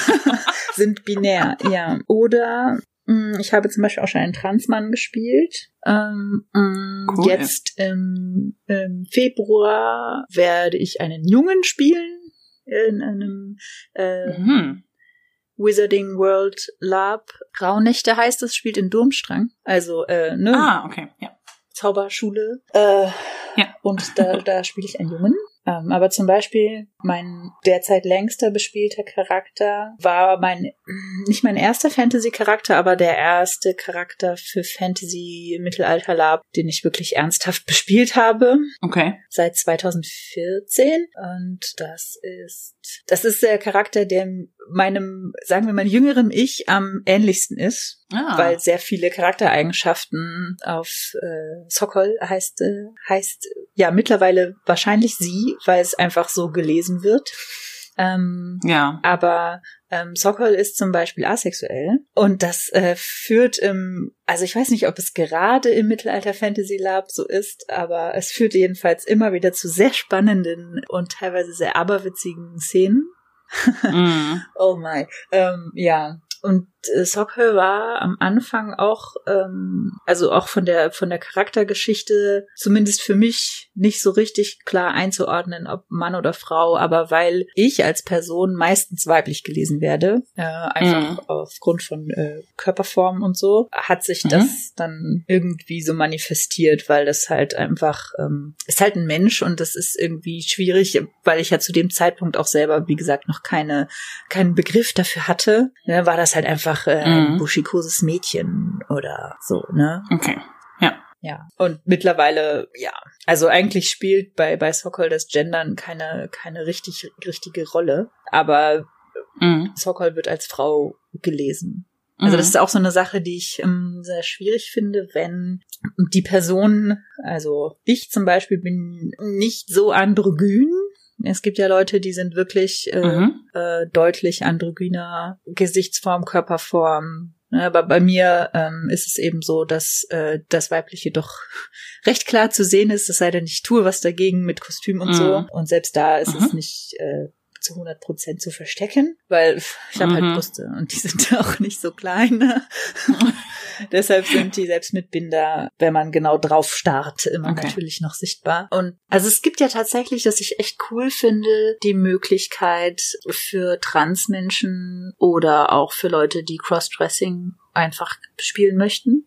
Sind binär, ja. Oder ich habe zum Beispiel auch schon einen Transmann gespielt. Ähm, cool. Jetzt im, im Februar werde ich einen Jungen spielen in einem äh, mhm. Wizarding World Lab. Rauhnächte heißt es, spielt in Durmstrang. Also, äh, ne? Ah, okay, ja. Zauberschule. Äh, ja. Und da, da spiele ich einen Jungen. Ähm, aber zum Beispiel mein derzeit längster bespielter Charakter war mein, nicht mein erster Fantasy-Charakter, aber der erste Charakter für Fantasy-Mittelalter-Lab, den ich wirklich ernsthaft bespielt habe. Okay. Seit zweitausendvierzehn. Und das ist, das ist der Charakter, der meinem, sagen wir mal, jüngerem Ich am ähnlichsten ist. Ah. Weil sehr viele Charaktereigenschaften auf äh, Sokol heißt, äh, heißt ja mittlerweile wahrscheinlich sie, weil es einfach so gelesen wird. Ähm, ja. Aber ähm, Sokol ist zum Beispiel asexuell und das äh, führt im, also ich weiß nicht, ob es gerade im Mittelalter-Fantasy-Lab so ist, aber es führt jedenfalls immer wieder zu sehr spannenden und teilweise sehr aberwitzigen Szenen. Mm. Oh my. Ähm, ja. Und äh, Sokol war am Anfang auch, ähm, also auch von der von der Charaktergeschichte, zumindest für mich nicht so richtig klar einzuordnen, ob Mann oder Frau, aber weil ich als Person meistens weiblich gelesen werde, äh, einfach mhm. aufgrund von äh, Körperform und so, hat sich mhm. das dann irgendwie so manifestiert, weil das halt einfach, ähm, ist halt ein Mensch und das ist irgendwie schwierig, weil ich ja zu dem Zeitpunkt auch selber, wie gesagt, noch keine keinen Begriff dafür hatte, ne, war das halt einfach äh, ein mhm. buschikoses Mädchen oder so, ne? Okay, ja. Ja, und mittlerweile, ja, also eigentlich spielt bei bei Sokol das Gendern keine keine richtig richtige Rolle, aber mhm. Sokol wird als Frau gelesen. Also das ist auch so eine Sache, die ich ähm, sehr schwierig finde, wenn die Person, also ich zum Beispiel bin nicht so androgyn. Es gibt ja Leute, die sind wirklich äh, mhm. äh, deutlich androgyner Gesichtsform, Körperform. Aber bei mir ähm, ist es eben so, dass äh, das Weibliche doch recht klar zu sehen ist, es sei denn, ich tue was dagegen mit Kostüm und mhm. so. Und selbst da ist mhm. es nicht äh, zu hundert Prozent zu verstecken, weil ich habe mhm. halt Brüste und die sind auch nicht so klein. Deshalb sind die selbst mit Binder, wenn man genau drauf starrt, immer okay. natürlich noch sichtbar. Und also es gibt ja tatsächlich, was ich echt cool finde, die Möglichkeit für Transmenschen oder auch für Leute, die Crossdressing einfach spielen möchten.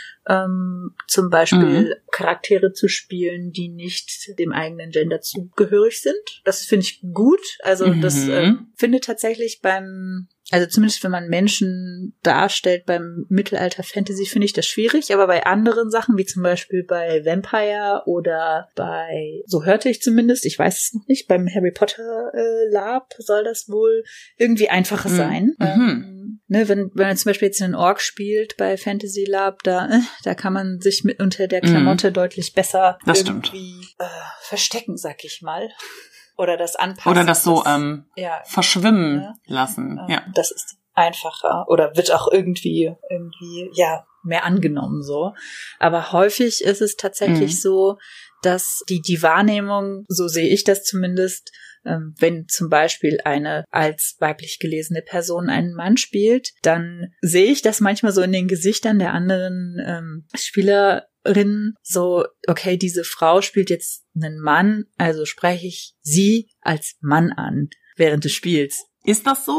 Ähm, zum Beispiel mhm. Charaktere zu spielen, die nicht dem eigenen Gender zugehörig sind. Das finde ich gut. Also mhm. das äh, finde tatsächlich beim, also zumindest wenn man Menschen darstellt beim Mittelalter-Fantasy, finde ich das schwierig. Aber bei anderen Sachen, wie zum Beispiel bei Vampire oder bei, so hörte ich zumindest, ich weiß es noch nicht, beim Harry Potter äh, Lab soll das wohl irgendwie einfacher mhm. sein. Mhm. Ähm, Ne, wenn, wenn man zum Beispiel jetzt einen Ork spielt bei Fantasy Lab, da, äh, da kann man sich mit unter der Klamotte mm. deutlich besser das irgendwie äh, verstecken, sag ich mal. Oder das anpassen. Oder das so das, ähm, ja, verschwimmen ja, lassen. Äh, ja. Das ist einfacher. Oder wird auch irgendwie, irgendwie, ja, mehr angenommen so. Aber häufig ist es tatsächlich mm. so, dass die, die Wahrnehmung, so sehe ich das zumindest, wenn zum Beispiel eine als weiblich gelesene Person einen Mann spielt, dann sehe ich das manchmal so in den Gesichtern der anderen ähm, Spielerinnen so, okay, diese Frau spielt jetzt einen Mann, also spreche ich sie als Mann an während des Spiels. Ist das so?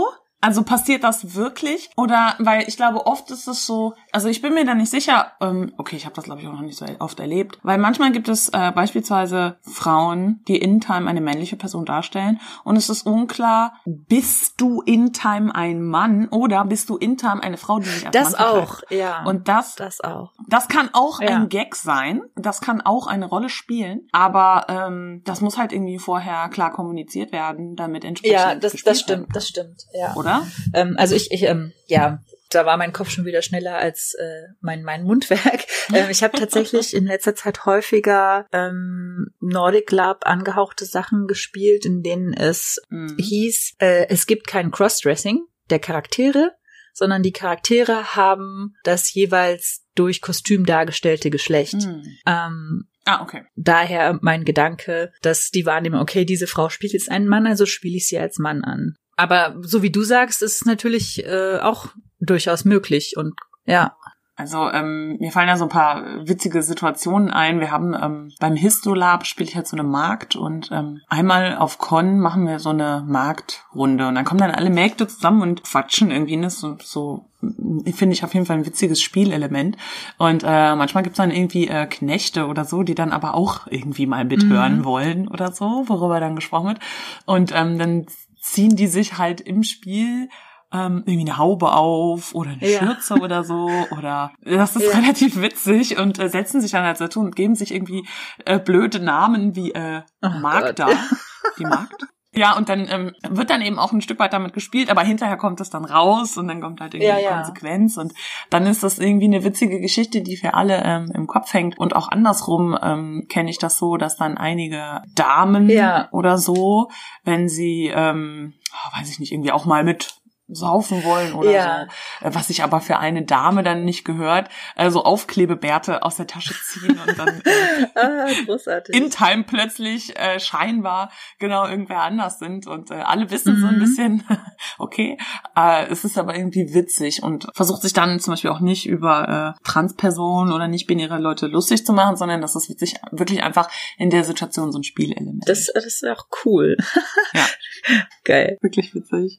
Also passiert das wirklich? Oder, weil ich glaube, oft ist es so, also ich bin mir da nicht sicher, ähm, okay, ich habe das glaube ich auch noch nicht so oft erlebt, weil manchmal gibt es äh, beispielsweise Frauen, die in Time eine männliche Person darstellen und es ist unklar, bist du in Time ein Mann oder bist du in Time eine Frau, die sich als das Mann verkleidet? auch, ja. Und das, das auch. Das kann auch ja. ein Gag sein, das kann auch eine Rolle spielen, aber ähm, das muss halt irgendwie vorher klar kommuniziert werden, damit entsprechend Ja, das, das stimmt, werden. das stimmt, ja. Oder? Ähm, also ich, ich ähm, ja, da war mein Kopf schon wieder schneller als äh, mein mein Mundwerk. Ähm, ich habe tatsächlich in letzter Zeit häufiger ähm, Nordic Lab angehauchte Sachen gespielt, in denen es mhm. hieß, äh, es gibt kein Crossdressing der Charaktere, sondern die Charaktere haben das jeweils durch Kostüm dargestellte Geschlecht. Mhm. Ähm, Ah, okay. Daher mein Gedanke, dass die Wahrnehmung, okay, diese Frau spielt jetzt einen Mann, also spiele ich sie als Mann an. Aber so wie du sagst, ist es natürlich äh, auch durchaus möglich und ja. Also ähm, mir fallen ja so ein paar witzige Situationen ein. Wir haben ähm, beim Histolab spiele ich halt so eine Markt und ähm, einmal auf Con machen wir so eine Marktrunde und dann kommen dann alle Mägde zusammen und quatschen irgendwie. Das so, so finde ich auf jeden Fall ein witziges Spielelement. Und äh, manchmal gibt's dann irgendwie äh, Knechte oder so, die dann aber auch irgendwie mal mithören mhm. wollen oder so, worüber dann gesprochen wird. Und ähm, dann ziehen die sich halt im Spiel ähm, irgendwie eine Haube auf oder eine ja. Schürze oder so oder das ist ja. relativ witzig und äh, setzen sich dann halt dazu und geben sich irgendwie äh, blöde Namen wie äh, oh Magda, Gott. Die Magd. Ja, und dann ähm, wird dann eben auch ein Stück weit damit gespielt, aber hinterher kommt es dann raus und dann kommt halt irgendwie ja, die ja. Konsequenz und dann ist das irgendwie eine witzige Geschichte, die für alle ähm, im Kopf hängt. Und auch andersrum ähm, kenne ich das so, dass dann einige Damen ja. oder so, wenn sie, ähm, oh, weiß ich nicht, irgendwie auch mal mit saufen wollen oder ja. so, was sich aber für eine Dame dann nicht gehört, also Aufklebebärte aus der Tasche ziehen und dann äh, ah, großartig. in Time plötzlich äh, scheinbar genau irgendwer anders sind und äh, alle wissen mhm. so ein bisschen, okay, äh, es ist aber irgendwie witzig und versucht sich dann zum Beispiel auch nicht über äh, Transpersonen oder nicht-binäre Leute lustig zu machen, sondern das ist witzig, wirklich einfach in der Situation so ein Spielelement. Das, das ist auch cool. Ja. Geil. Wirklich witzig.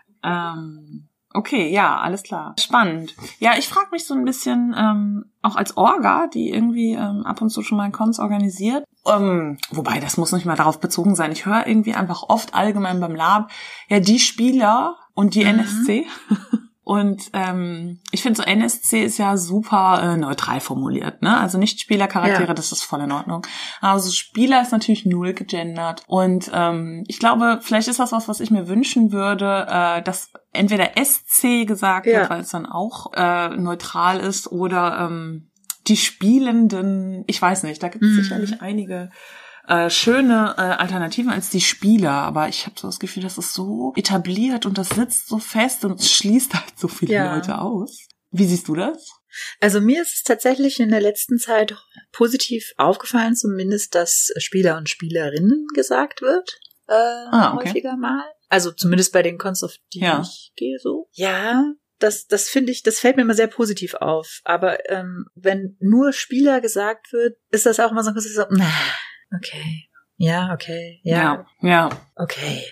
Ähm, okay, ja, alles klar. Spannend. Ja, ich frage mich so ein bisschen, ähm, auch als Orga, die irgendwie ähm, ab und zu schon mal Cons organisiert, ähm, wobei, das muss nicht mal darauf bezogen sein. Ich höre irgendwie einfach oft allgemein beim Lab, ja, die Spieler und die mhm. N S C. Und ähm, ich finde so N S C ist ja super äh, neutral formuliert, ne? Also nicht Spielercharaktere, ja. das ist voll in Ordnung. Aber so Spieler ist natürlich null gegendert. Und ähm, ich glaube, vielleicht ist das was, was ich mir wünschen würde, äh, dass entweder S C gesagt ja. wird, weil es dann auch äh, neutral ist, oder ähm, die Spielenden, ich weiß nicht, da gibt es mhm. sicherlich einige Äh, schöne äh, Alternativen als die Spieler, aber ich habe so das Gefühl, das ist so etabliert und das sitzt so fest und es schließt halt so viele ja. Leute aus. Wie siehst du das? Also mir ist es tatsächlich in der letzten Zeit positiv aufgefallen, zumindest, dass Spieler und Spielerinnen gesagt wird, äh, ah, okay. häufiger mal. Also zumindest bei den Cons, auf die ja. ich gehe so. Ja, Das, das finde ich, das fällt mir immer sehr positiv auf. Aber ähm, wenn nur Spieler gesagt wird, ist das auch immer so ein bisschen so, na, okay, ja, okay, ja, ja, ja. okay.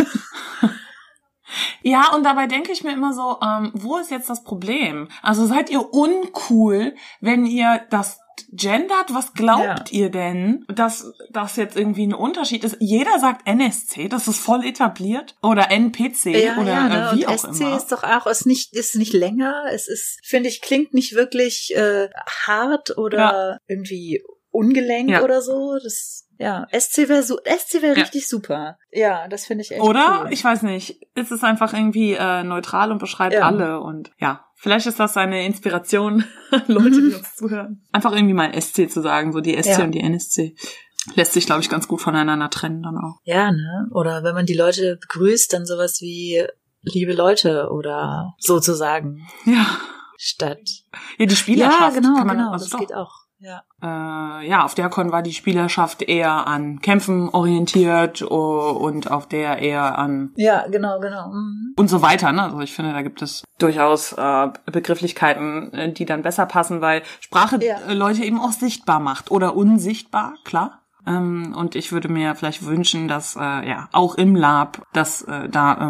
Ja, und dabei denke ich mir immer so, ähm, wo ist jetzt das Problem? Also seid ihr uncool, wenn ihr das gendert? Was glaubt ja. ihr denn, dass das jetzt irgendwie ein Unterschied ist? Jeder sagt N S C, das ist voll etabliert. Oder N P C ja, oder ja, ne? äh, wie und auch S C immer. ist doch auch, ist nicht, ist nicht länger. Es ist, finde ich, klingt nicht wirklich äh, hart oder ja. irgendwie ungelenk ja. oder so. Das Ja, S C wäre so, S C wäre ja. richtig super. Ja, das finde ich echt Oder? cool. Ich weiß nicht. Es ist einfach irgendwie äh, neutral und beschreibt ja. alle und ja. Vielleicht ist das eine Inspiration, Leute, die uns zuhören. Einfach irgendwie mal S C zu sagen, so die S C ja. und die N S C. Lässt sich, glaube ich, ganz gut voneinander trennen dann auch. Ja, ne? Oder wenn man die Leute begrüßt, dann sowas wie liebe Leute oder sozusagen. Ja. Statt. Ja, die Spielerschaft. Ja, genau, kann man, genau, also das doch. geht auch. Ja. Äh, ja, auf der Con war die Spielerschaft eher an Kämpfen orientiert oh, und auf der eher an ja, genau, genau mhm. und so weiter. Ne? Also ich finde, da gibt es durchaus äh, Begrifflichkeiten, die dann besser passen, weil Sprache ja. äh, Leute eben auch sichtbar macht oder unsichtbar, klar. Ähm, und ich würde mir vielleicht wünschen, dass äh, ja auch im Lab, dass äh, da ähm,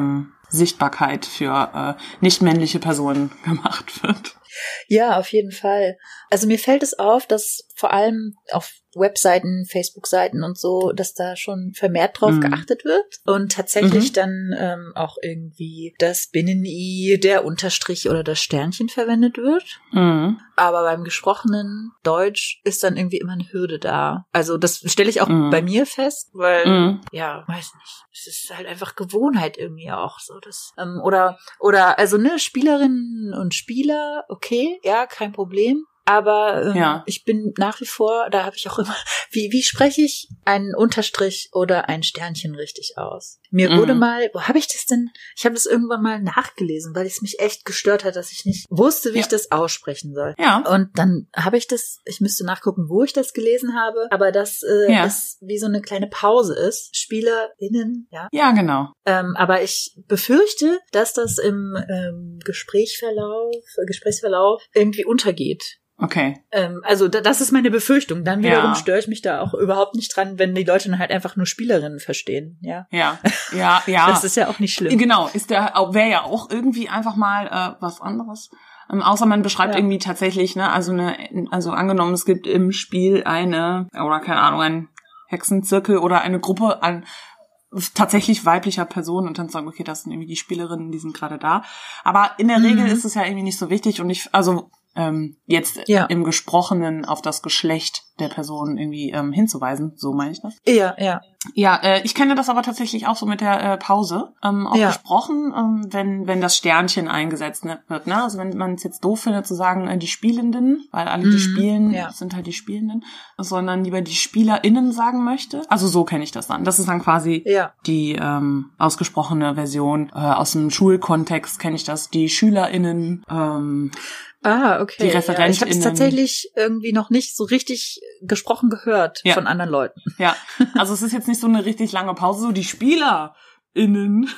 Sichtbarkeit für äh, nicht-männliche Personen gemacht wird. Ja, auf jeden Fall. Also mir fällt es auf, dass vor allem auf Webseiten, Facebook-Seiten und so, dass da schon vermehrt drauf mhm. geachtet wird und tatsächlich mhm. dann ähm, auch irgendwie das Binnen-I, der Unterstrich oder das Sternchen verwendet wird. Mhm. Aber beim gesprochenen Deutsch ist dann irgendwie immer eine Hürde da. Also das stelle ich auch mhm. bei mir fest, weil, mhm. ja, weiß nicht, es ist halt einfach Gewohnheit irgendwie auch so. Das, ähm, oder, oder, also ne, Spielerinnen und Spieler, okay, ja, kein Problem. Aber ähm, ja. ich bin nach wie vor, da habe ich auch immer, wie wie spreche ich einen Unterstrich oder ein Sternchen richtig aus? Mir mhm. wurde mal, wo habe ich das denn? Ich habe das irgendwann mal nachgelesen, weil es mich echt gestört hat, dass ich nicht wusste, wie ja. ich das aussprechen soll. Ja. Und dann habe ich das, ich müsste nachgucken, wo ich das gelesen habe, aber dass äh, ja. es wie so eine kleine Pause ist. SpielerInnen, ja. Ja, genau. Ähm, aber ich befürchte, dass das im ähm, Gesprächsverlauf, Gesprächsverlauf irgendwie untergeht. Okay. Ähm, also da, das ist meine Befürchtung. Dann wiederum ja. störe ich mich da auch überhaupt nicht dran, wenn die Leute dann halt einfach nur Spielerinnen verstehen. Ja, ja, ja. ja. Das ist ja auch nicht schlimm. Genau, ist der wäre ja auch irgendwie einfach mal äh, was anderes. Ähm, außer man beschreibt ja. irgendwie tatsächlich, ne, also eine, also angenommen, es gibt im Spiel eine oder keine Ahnung, ein Hexenzirkel oder eine Gruppe an tatsächlich weiblicher Personen und dann sagen, okay, das sind irgendwie die Spielerinnen, die sind gerade da. Aber in der mhm. Regel ist es ja irgendwie nicht so wichtig und ich, also ähm, jetzt ja. im Gesprochenen auf das Geschlecht der Person irgendwie ähm, hinzuweisen, so meine ich das. Ja, ja. Ja, äh, ich kenne das aber tatsächlich auch so mit der äh, Pause. Ähm, auch ja. gesprochen, ähm, wenn wenn das Sternchen eingesetzt ne, wird. Ne? Also wenn man es jetzt doof findet zu sagen, äh, die Spielenden, weil alle, die mhm, spielen, ja. sind halt die Spielenden, sondern lieber die SpielerInnen sagen möchte. Also so kenne ich das dann. Das ist dann quasi ja. die ähm, ausgesprochene Version. Äh, aus dem Schulkontext kenne ich das. Die SchülerInnen, ähm, Ah, okay. Die ReferentInnen. Ja, ich habe es tatsächlich irgendwie noch nicht so richtig gesprochen gehört ja. von anderen Leuten. Ja, also es ist jetzt nicht so eine richtig lange Pause, so die SpielerInnen.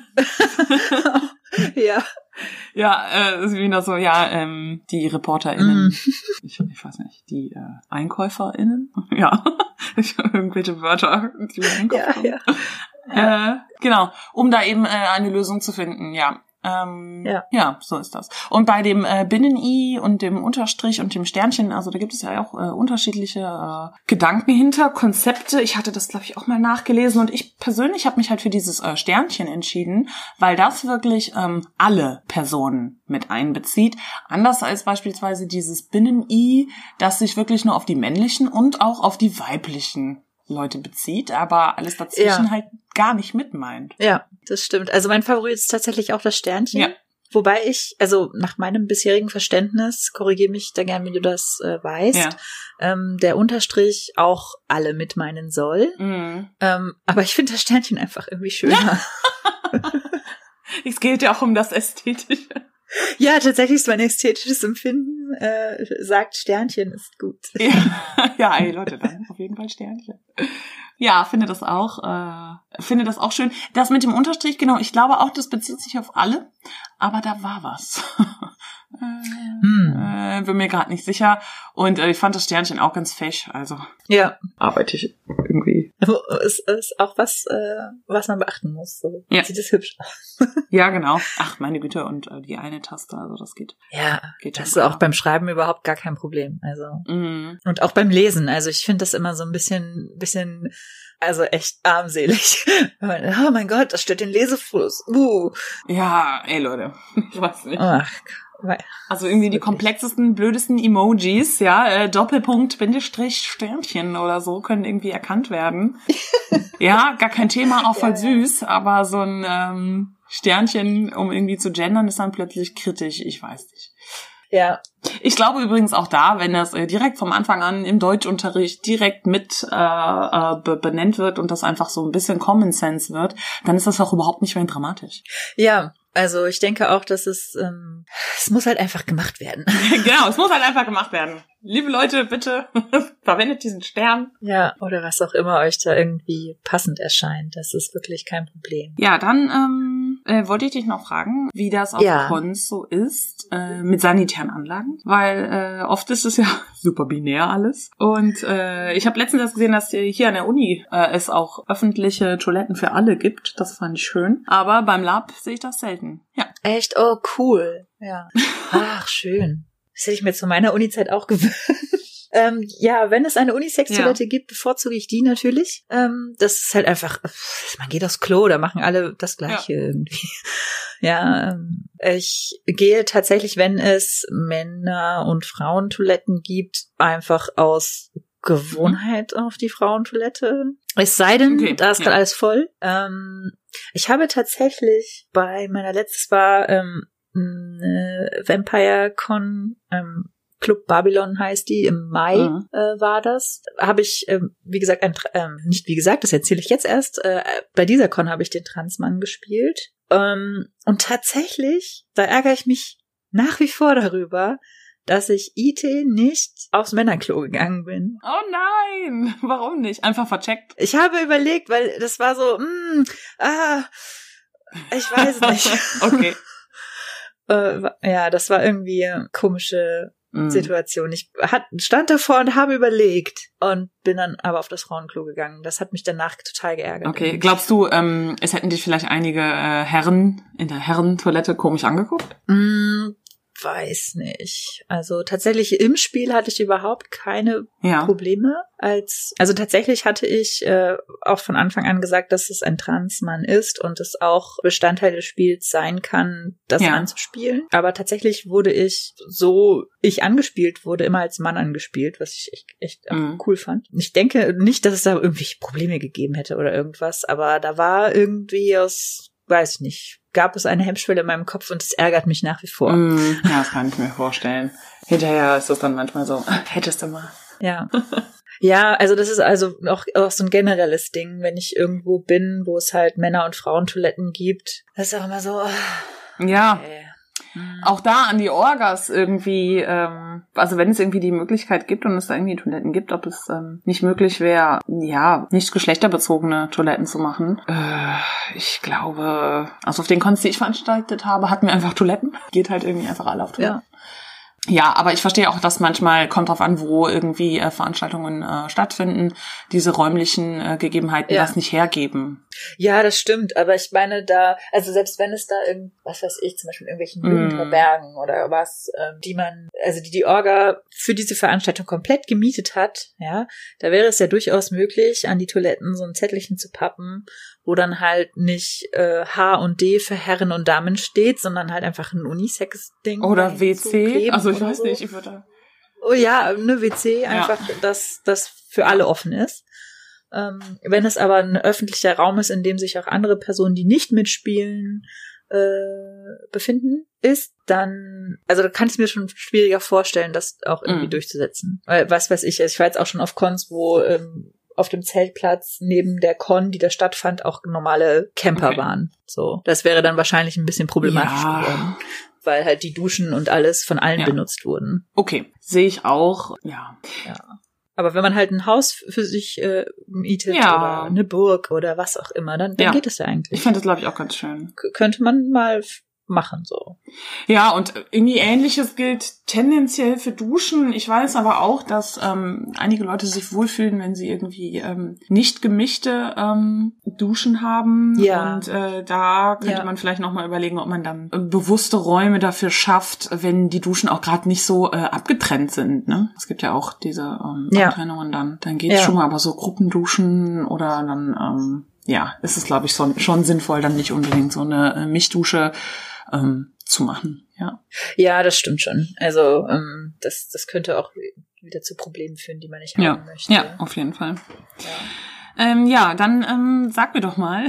ja. Ja, äh, ist wie das so, ja, ähm, die ReporterInnen. Mm. Ich, ich weiß nicht, die äh, EinkäuferInnen? Ja, irgendwelche Wörter, die wir im Kopf ja, haben. Ja. Äh, genau, um da eben äh, eine Lösung zu finden, ja. Ähm, ja. ja, so ist das. Und bei dem äh, Binnen-I und dem Unterstrich und dem Sternchen, also da gibt es ja auch äh, unterschiedliche äh, Gedanken hinter, Konzepte. Ich hatte das, glaube ich, auch mal nachgelesen und ich persönlich habe mich halt für dieses äh, Sternchen entschieden, weil das wirklich ähm, alle Personen mit einbezieht. Anders als beispielsweise dieses Binnen-I, das sich wirklich nur auf die männlichen und auch auf die weiblichen Leute bezieht, aber alles dazwischen ja. halt gar nicht mit meint. Ja, das stimmt. Also mein Favorit ist tatsächlich auch das Sternchen. Ja. Wobei ich, also nach meinem bisherigen Verständnis, korrigiere mich da gern, wenn du das äh, weißt, ja. ähm, der Unterstrich auch alle mit meinen soll. Mhm. Ähm, aber ich finde das Sternchen einfach irgendwie schöner. Es geht ja auch um das Ästhetische. Ja, tatsächlich ist mein ästhetisches Empfinden, äh, sagt Sternchen ist gut. Ja, ja, ey Leute, dann auf jeden Fall Sternchen. Ja, finde das auch, äh, finde das auch schön. Das mit dem Unterstrich, genau, ich glaube auch, das bezieht sich auf alle, aber da war was. äh, hm. äh, bin mir gerade nicht sicher. Und äh, ich fand das Sternchen auch ganz fesch, also ja. arbeite ich irgendwie. Es ist auch was, äh, was man beachten muss. So. Ja. Sieht es hübsch aus. Ja, genau. Ach, meine Güte, und äh, die eine Taste, also das geht. Ja, geht das ist auch beim Schreiben überhaupt gar kein Problem. Also mhm. Und auch beim Lesen. Also ich finde das immer so ein bisschen, bisschen, also echt armselig. Oh mein Gott, das stört den Lesefluss. Uh. Ja, ey Leute, ich weiß nicht. Ach, also irgendwie die komplexesten, blödesten Emojis, ja, äh, Doppelpunkt, Bindestrich, Sternchen oder so können irgendwie erkannt werden. Ja, gar kein Thema, auch voll ja, süß, aber so ein ähm, Sternchen, um irgendwie zu gendern, ist dann plötzlich kritisch, ich weiß nicht. Ja. Ich glaube übrigens auch da, wenn das äh, direkt vom Anfang an im Deutschunterricht direkt mit äh, äh, be- benannt wird und das einfach so ein bisschen Common Sense wird, dann ist das auch überhaupt nicht mehr dramatisch. Ja. Also ich denke auch, dass es, ähm, es muss halt einfach gemacht werden. Genau, es muss halt einfach gemacht werden. Liebe Leute, bitte verwendet diesen Stern. Ja, oder was auch immer euch da irgendwie passend erscheint. Das ist wirklich kein Problem. Ja, dann ähm, äh, wollte ich dich noch fragen, wie das auf Ja. Cons so ist äh, mit sanitären Anlagen, weil äh, oft ist es ja super binär alles. Und äh, ich habe letztens erst gesehen, dass hier an der Uni äh, es auch öffentliche Toiletten für alle gibt. Das fand ich schön. Aber beim Lab sehe ich das selten. Ja. Echt? Oh, cool. Ja. Ach, schön. Das hätte ich mir zu meiner Uni-Zeit auch gewünscht. Ähm, ja, wenn es eine Unisex-Toilette ja. gibt, bevorzuge ich die natürlich. Ähm, das ist halt einfach, man geht aufs Klo, da machen alle das Gleiche ja. irgendwie. Ja, ähm, ich gehe tatsächlich, wenn es Männer- und Frauentoiletten gibt, einfach aus Gewohnheit mhm. auf die Frauentoilette. Es sei denn, okay. da ist gerade ja. alles voll. Ähm, ich habe tatsächlich bei meiner letztes war ähm, äh, Vampire Con, ähm, Club Babylon heißt die, im Mai mhm. äh, war das. Habe ich, ähm, wie gesagt, ein, ähm, nicht wie gesagt, das erzähle ich jetzt erst, äh, bei dieser Con habe ich den Transmann gespielt. Ähm, und tatsächlich, da ärgere ich mich nach wie vor darüber, dass ich I T nicht aufs Männerklo gegangen bin. Oh nein, warum nicht? Einfach vercheckt. Ich habe überlegt, weil das war so, mh, ah, ich weiß nicht. Okay. äh, ja, das war irgendwie eine komische Situation. Ich hat, stand davor und habe überlegt und bin dann aber auf das Frauenklo gegangen. Das hat mich danach total geärgert. Okay, irgendwie. Glaubst du, ähm, es hätten dich vielleicht einige äh, Herren in der Herrentoilette komisch angeguckt? Mm, weiß nicht. Also tatsächlich im Spiel hatte ich überhaupt keine ja. Probleme. Als also tatsächlich hatte ich äh, auch von Anfang an gesagt, dass es ein Transmann ist und es auch Bestandteil des Spiels sein kann, das ja. anzuspielen. Aber tatsächlich wurde ich so, ich angespielt wurde, immer als Mann angespielt, was ich echt, echt mhm. cool fand. Ich denke nicht, dass es da irgendwelche Probleme gegeben hätte oder irgendwas, aber da war irgendwie aus, weiß ich nicht, gab es eine Hemmschwelle in meinem Kopf und es ärgert mich nach wie vor. Mm, ja, das kann ich mir vorstellen. Hinterher ist das dann manchmal so, hättest du mal. Ja. Ja, also das ist also auch, auch so ein generelles Ding, wenn ich irgendwo bin, wo es halt Männer- und Frauentoiletten gibt. Das ist auch immer so. Ja. Okay. Auch da an die Orgas irgendwie, ähm, also wenn es irgendwie die Möglichkeit gibt und es da irgendwie Toiletten gibt, ob es ähm, nicht möglich wäre, ja, nicht geschlechterbezogene Toiletten zu machen. Äh, ich glaube, also auf den Cons, die ich veranstaltet habe, hatten wir einfach Toiletten. Geht halt irgendwie einfach alle auf Toiletten. Ja. Ja, aber ich verstehe auch, dass manchmal, kommt drauf an, wo irgendwie äh, Veranstaltungen äh, stattfinden, diese räumlichen äh, Gegebenheiten ja. das nicht hergeben. Ja, das stimmt, aber ich meine da, also selbst wenn es da irgend, was weiß ich, zum Beispiel in irgendwelchen Jugendherbergen mm. oder was, ähm, die man, also die die Orga für diese Veranstaltung komplett gemietet hat, ja, da wäre es ja durchaus möglich, an die Toiletten so ein Zettelchen zu pappen, wo dann halt nicht äh, H und D für Herren und Damen steht, sondern halt einfach ein Unisex-Ding. Oder W C, also ich weiß so. nicht, ich würde... Oh ja, ne W C, einfach, ja. dass das für alle offen ist. Ähm, wenn es aber ein öffentlicher Raum ist, in dem sich auch andere Personen, die nicht mitspielen, äh, befinden, ist, dann, also da kann ich mir schon schwieriger vorstellen, das auch irgendwie mm. durchzusetzen. Weil, was weiß ich, also ich war jetzt auch schon auf Cons, wo ähm, auf dem Zeltplatz neben der Con, die da stattfand, auch normale Camper okay. waren. So, das wäre dann wahrscheinlich ein bisschen problematisch ja. geworden, weil halt die Duschen und alles von allen ja. benutzt wurden. Okay, sehe ich auch, ja. Ja. Aber wenn man halt ein Haus für sich äh, mietet ja. oder eine Burg oder was auch immer, dann, dann ja. geht es ja eigentlich. Ich fand das, glaube ich, auch ganz schön. K- könnte man mal f- machen, so. Ja, und irgendwie Ähnliches gilt tendenziell für Duschen. Ich weiß aber auch, dass ähm, einige Leute sich wohlfühlen, wenn sie irgendwie ähm, nicht gemischte ähm, Duschen haben. Ja. Und äh, da könnte ja. man vielleicht nochmal überlegen, ob man dann äh, bewusste Räume dafür schafft, wenn die Duschen auch gerade nicht so äh, abgetrennt sind. Ne? Es gibt ja auch diese ähm, ja. Abtrennungen dann. Dann geht's ja. schon mal, aber so Gruppenduschen oder dann... Ähm, ja, ist es, glaube ich, so, schon sinnvoll, dann nicht unbedingt so eine äh, Mischdusche ähm, zu machen, ja. Ja, das stimmt schon. Also ähm, das, das könnte auch wieder zu Problemen führen, die man nicht haben ja. möchte. Ja, auf jeden Fall. Ja, ähm, ja dann ähm, sag mir doch mal,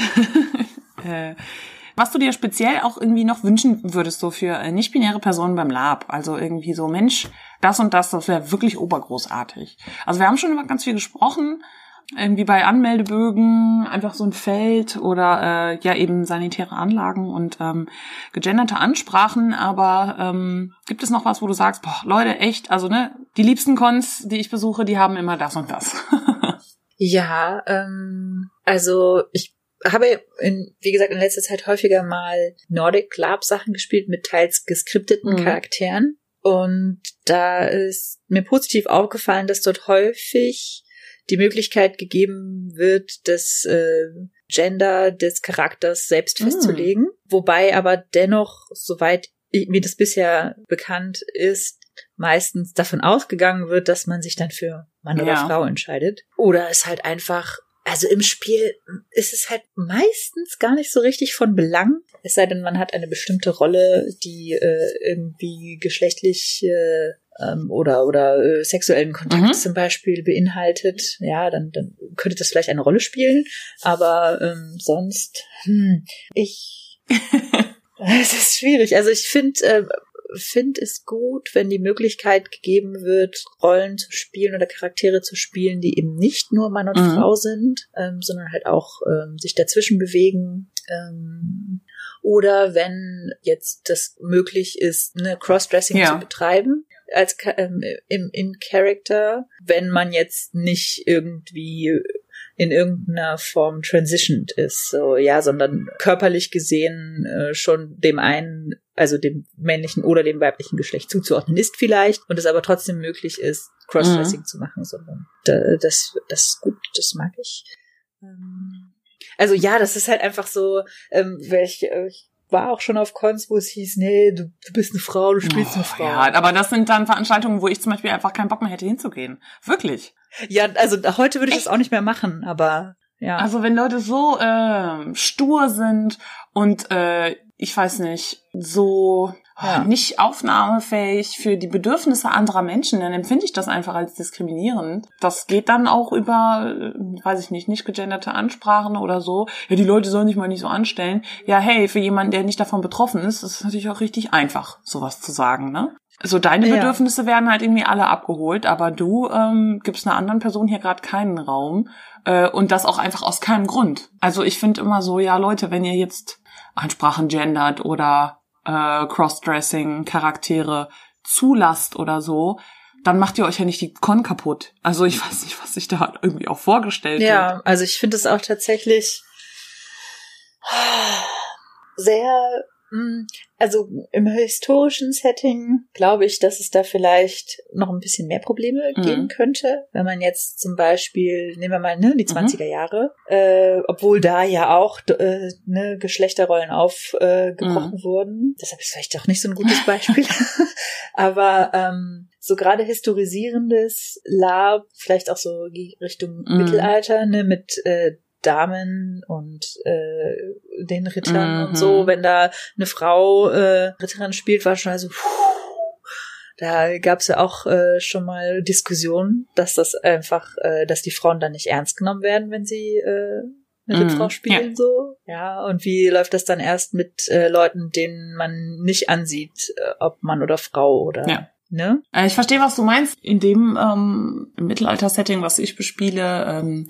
äh, was du dir speziell auch irgendwie noch wünschen würdest, so für äh, nicht-binäre Personen beim Lab. Also irgendwie so, Mensch, das und das, das wäre wirklich obergroßartig. Also wir haben schon über ganz viel gesprochen, irgendwie bei Anmeldebögen einfach so ein Feld oder äh, ja eben sanitäre Anlagen und ähm, gegenderte Ansprachen, aber ähm, gibt es noch was, wo du sagst, boah, Leute, echt, also ne, die liebsten Cons, die ich besuche, die haben immer das und das. Ja, ähm, also ich habe, in, wie gesagt, in letzter Zeit häufiger mal Nordic Lab Sachen gespielt mit teils geskripteten mhm. Charakteren. Und da ist mir positiv aufgefallen, dass dort häufig die Möglichkeit gegeben wird, das äh, Gender des Charakters selbst festzulegen. Mhm. Wobei aber dennoch, soweit mir das bisher bekannt ist, meistens davon ausgegangen wird, dass man sich dann für Mann ja. oder Frau entscheidet. Oder es halt einfach, also im Spiel ist es halt meistens gar nicht so richtig von Belang. Es sei denn, man hat eine bestimmte Rolle, die äh, irgendwie geschlechtlich äh, ähm, oder oder äh, sexuellen Kontakt mhm. zum Beispiel beinhaltet. Ja, dann, dann könnte das vielleicht eine Rolle spielen. Aber ähm, sonst, hm, ich... Es ist schwierig. Also ich finde äh, finde es gut, wenn die Möglichkeit gegeben wird, Rollen zu spielen oder Charaktere zu spielen, die eben nicht nur Mann und mhm. Frau sind, ähm, sondern halt auch ähm, sich dazwischen bewegen. Ähm, oder wenn jetzt das möglich ist, eine Crossdressing ja. zu betreiben als ähm, im in Character, wenn man jetzt nicht irgendwie in irgendeiner Form transitioned ist, so, ja, sondern körperlich gesehen äh, schon dem einen, also dem männlichen oder dem weiblichen Geschlecht zuzuordnen ist vielleicht und es aber trotzdem möglich ist, Crossdressing mhm. zu machen, sondern da, das, das ist gut, das mag ich. Ähm, also ja, das ist halt einfach so, ähm, welch, äh, ich war auch schon auf Cons, wo es hieß, nee, du, du bist eine Frau, du spielst oh, eine Frau. Ja, aber das sind dann Veranstaltungen, wo ich zum Beispiel einfach keinen Bock mehr hätte hinzugehen. Wirklich. Ja, also heute würde ich Echt? das auch nicht mehr machen, aber ja. Also wenn Leute so äh, stur sind und äh, ich weiß nicht, so ja. nicht aufnahmefähig für die Bedürfnisse anderer Menschen, dann empfinde ich das einfach als diskriminierend. Das geht dann auch über, weiß ich nicht, nicht gegenderte Ansprachen oder so. Ja, die Leute sollen sich mal nicht so anstellen. Ja, hey, für jemanden, der nicht davon betroffen ist, ist es natürlich auch richtig einfach, sowas zu sagen, ne? So, deine ja. Bedürfnisse werden halt irgendwie alle abgeholt, aber du ähm, gibst einer anderen Person hier gerade keinen Raum äh, und das auch einfach aus keinem Grund. Also ich finde immer so, ja Leute, wenn ihr jetzt Ansprachen gendert oder äh, Crossdressing-Charaktere zulasst oder so, dann macht ihr euch ja nicht die Con kaputt. Also ich weiß nicht, was sich da irgendwie auch vorgestellt ja, wird. Ja, also ich finde es auch tatsächlich sehr... Also im historischen Setting glaube ich, dass es da vielleicht noch ein bisschen mehr Probleme mhm. geben könnte, wenn man jetzt zum Beispiel, nehmen wir mal ne, die zwanziger Jahre, mhm. äh, obwohl da ja auch äh, ne, Geschlechterrollen aufgebrochen äh, mhm. wurden. Deshalb ist vielleicht auch nicht so ein gutes Beispiel. Aber ähm, so gerade historisierendes Lab, vielleicht auch so die Richtung mhm. Mittelalter, ne, mit äh, Damen und äh, den Rittern mhm. und so, wenn da eine Frau äh, Ritterin spielt, war schon also puh, da gab es ja auch äh, schon mal Diskussionen, dass das einfach, äh, dass die Frauen dann nicht ernst genommen werden, wenn sie äh, eine mhm. Rittfrau spielen, ja. so. Ja, und wie läuft das dann erst mit äh, Leuten, denen man nicht ansieht, äh, ob Mann oder Frau oder ja. ne? Ich verstehe, was du meinst. In dem ähm, Mittelalter-Setting, was ich bespiele, ähm,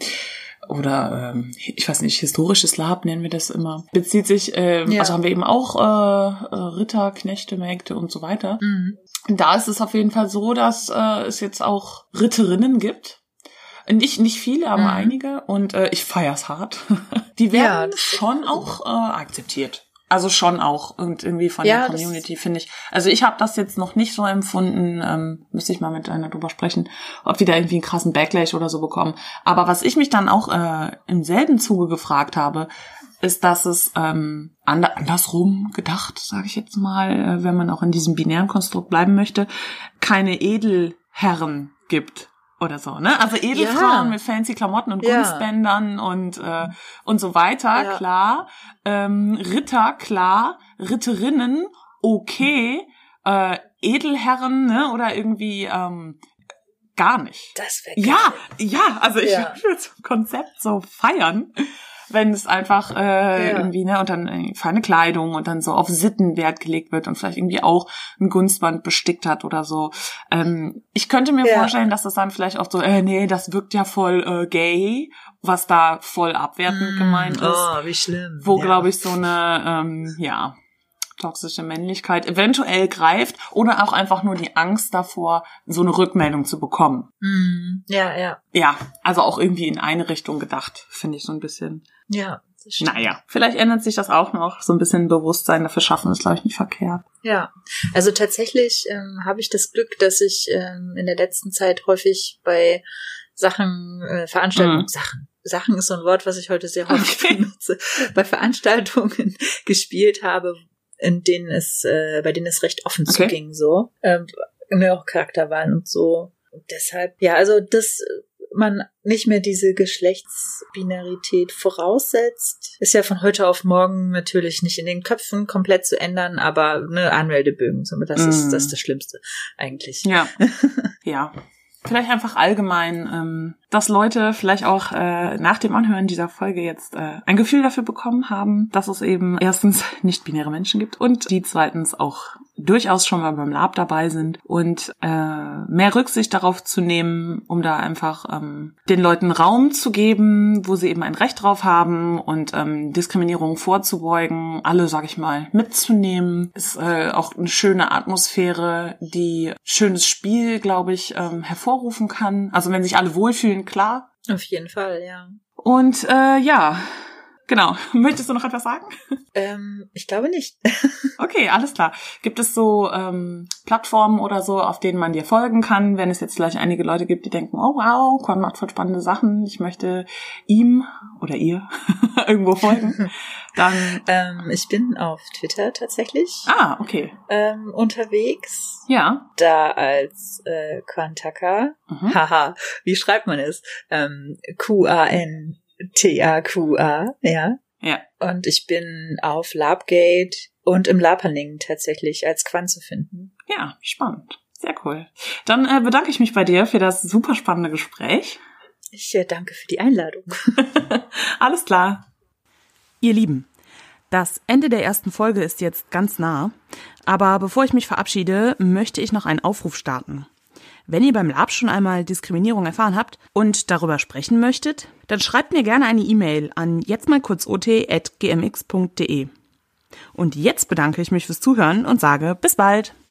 oder ähm, ich weiß nicht, historisches Lab nennen wir das immer, bezieht sich, ähm, ja. also haben wir eben auch äh, Ritter, Knechte, Mägde und so weiter. Mhm. Da ist es auf jeden Fall so, dass äh, es jetzt auch Ritterinnen gibt. Nicht nicht viele, aber mhm. einige. Und äh, ich feier's hart. Die werden ja, schon auch äh, akzeptiert. Also schon auch und irgendwie von ja, der Community, finde ich. Also ich habe das jetzt noch nicht so empfunden, ähm, müsste ich mal mit einer drüber sprechen, ob die da irgendwie einen krassen Backlash oder so bekommen. Aber was ich mich dann auch äh, im selben Zuge gefragt habe, ist, dass es ähm, and- andersrum gedacht, sage ich jetzt mal, äh, wenn man auch in diesem binären Konstrukt bleiben möchte, keine Edelherren gibt. Oder so, ne? Also Edelfrauen ja. mit fancy Klamotten und ja. Gunstbändern und äh, und so weiter, ja. klar. Ähm, Ritter, klar. Ritterinnen, okay. Äh, Edelherren, ne? Oder irgendwie ähm, gar nicht. Das wäre Ja, ja. Also ich ja. würde das Konzept so feiern, wenn es einfach äh, ja. irgendwie, ne, und dann äh, feine Kleidung und dann so auf Sitten Wert gelegt wird und vielleicht irgendwie auch ein Gunstband bestickt hat oder so. Ähm, ich könnte mir ja. vorstellen, dass das dann vielleicht auch so, äh, nee, das wirkt ja voll äh, gay, was da voll abwertend mm, gemeint ist. Oh, wie schlimm. Wo, ja. glaube ich, so eine, ähm, ja, toxische Männlichkeit eventuell greift oder auch einfach nur die Angst davor, so eine Rückmeldung zu bekommen. Mm, ja, ja. Ja, also auch irgendwie in eine Richtung gedacht, finde ich so ein bisschen. Ja, Das stimmt. Naja, vielleicht ändert sich das auch noch. So ein bisschen Bewusstsein dafür schaffen ist, glaube ich, nicht verkehrt. Ja, also tatsächlich ähm, habe ich das Glück, dass ich ähm, in der letzten Zeit häufig bei Sachen, äh, Veranstaltungen, mhm. Sachen, Sachen ist so ein Wort, was ich heute sehr häufig okay. benutze, bei Veranstaltungen gespielt habe, in denen es, äh, bei denen es recht offen okay. zuging, so, ähm, mir auch Charakter waren und so. Und deshalb, ja, also dass man nicht mehr diese Geschlechtsbinarität voraussetzt, ist ja von heute auf morgen natürlich nicht in den Köpfen komplett zu ändern, aber ne, Anmeldebögen, das mm. ist das, ist das Schlimmste eigentlich. Ja, ja. Vielleicht einfach allgemein, ähm, dass Leute vielleicht auch äh, nach dem Anhören dieser Folge jetzt äh, ein Gefühl dafür bekommen haben, dass es eben erstens nicht-binäre Menschen gibt und die zweitens auch durchaus schon mal beim Lab dabei sind und äh, mehr Rücksicht darauf zu nehmen, um da einfach ähm, den Leuten Raum zu geben, wo sie eben ein Recht drauf haben und ähm, Diskriminierung vorzubeugen, alle, sag ich mal, mitzunehmen. Ist äh, auch eine schöne Atmosphäre, die schönes Spiel, glaube ich, ähm, hervorrufen kann. Also wenn sich alle wohlfühlen, klar. Auf jeden Fall, ja. Und äh, ja, genau. Möchtest du noch etwas sagen? Ähm, ich glaube nicht. Okay, alles klar. Gibt es so ähm, Plattformen oder so, auf denen man dir folgen kann, wenn es jetzt vielleicht einige Leute gibt, die denken, oh wow, Quan macht voll spannende Sachen, ich möchte ihm oder ihr irgendwo folgen, dann... ähm, ich bin auf Twitter tatsächlich. Ah, okay. Ähm, unterwegs. Ja. Da als äh, Quantaka. Mhm. Haha, wie schreibt man es? Ähm, Q A N T A Q A, ja. Ja. Und ich bin auf Labgate und im Laperling tatsächlich als Quan zu finden. Ja, spannend. Sehr cool. Dann äh, bedanke ich mich bei dir für das super spannende Gespräch. Ich äh, danke für die Einladung. Alles klar. Ihr Lieben, das Ende der ersten Folge ist jetzt ganz nah. Aber bevor ich mich verabschiede, möchte ich noch einen Aufruf starten. Wenn ihr beim Lab schon einmal Diskriminierung erfahren habt und darüber sprechen möchtet, dann schreibt mir gerne eine E-Mail an jetztmalkurzot at gmx punkt de. Und jetzt bedanke ich mich fürs Zuhören und sage bis bald!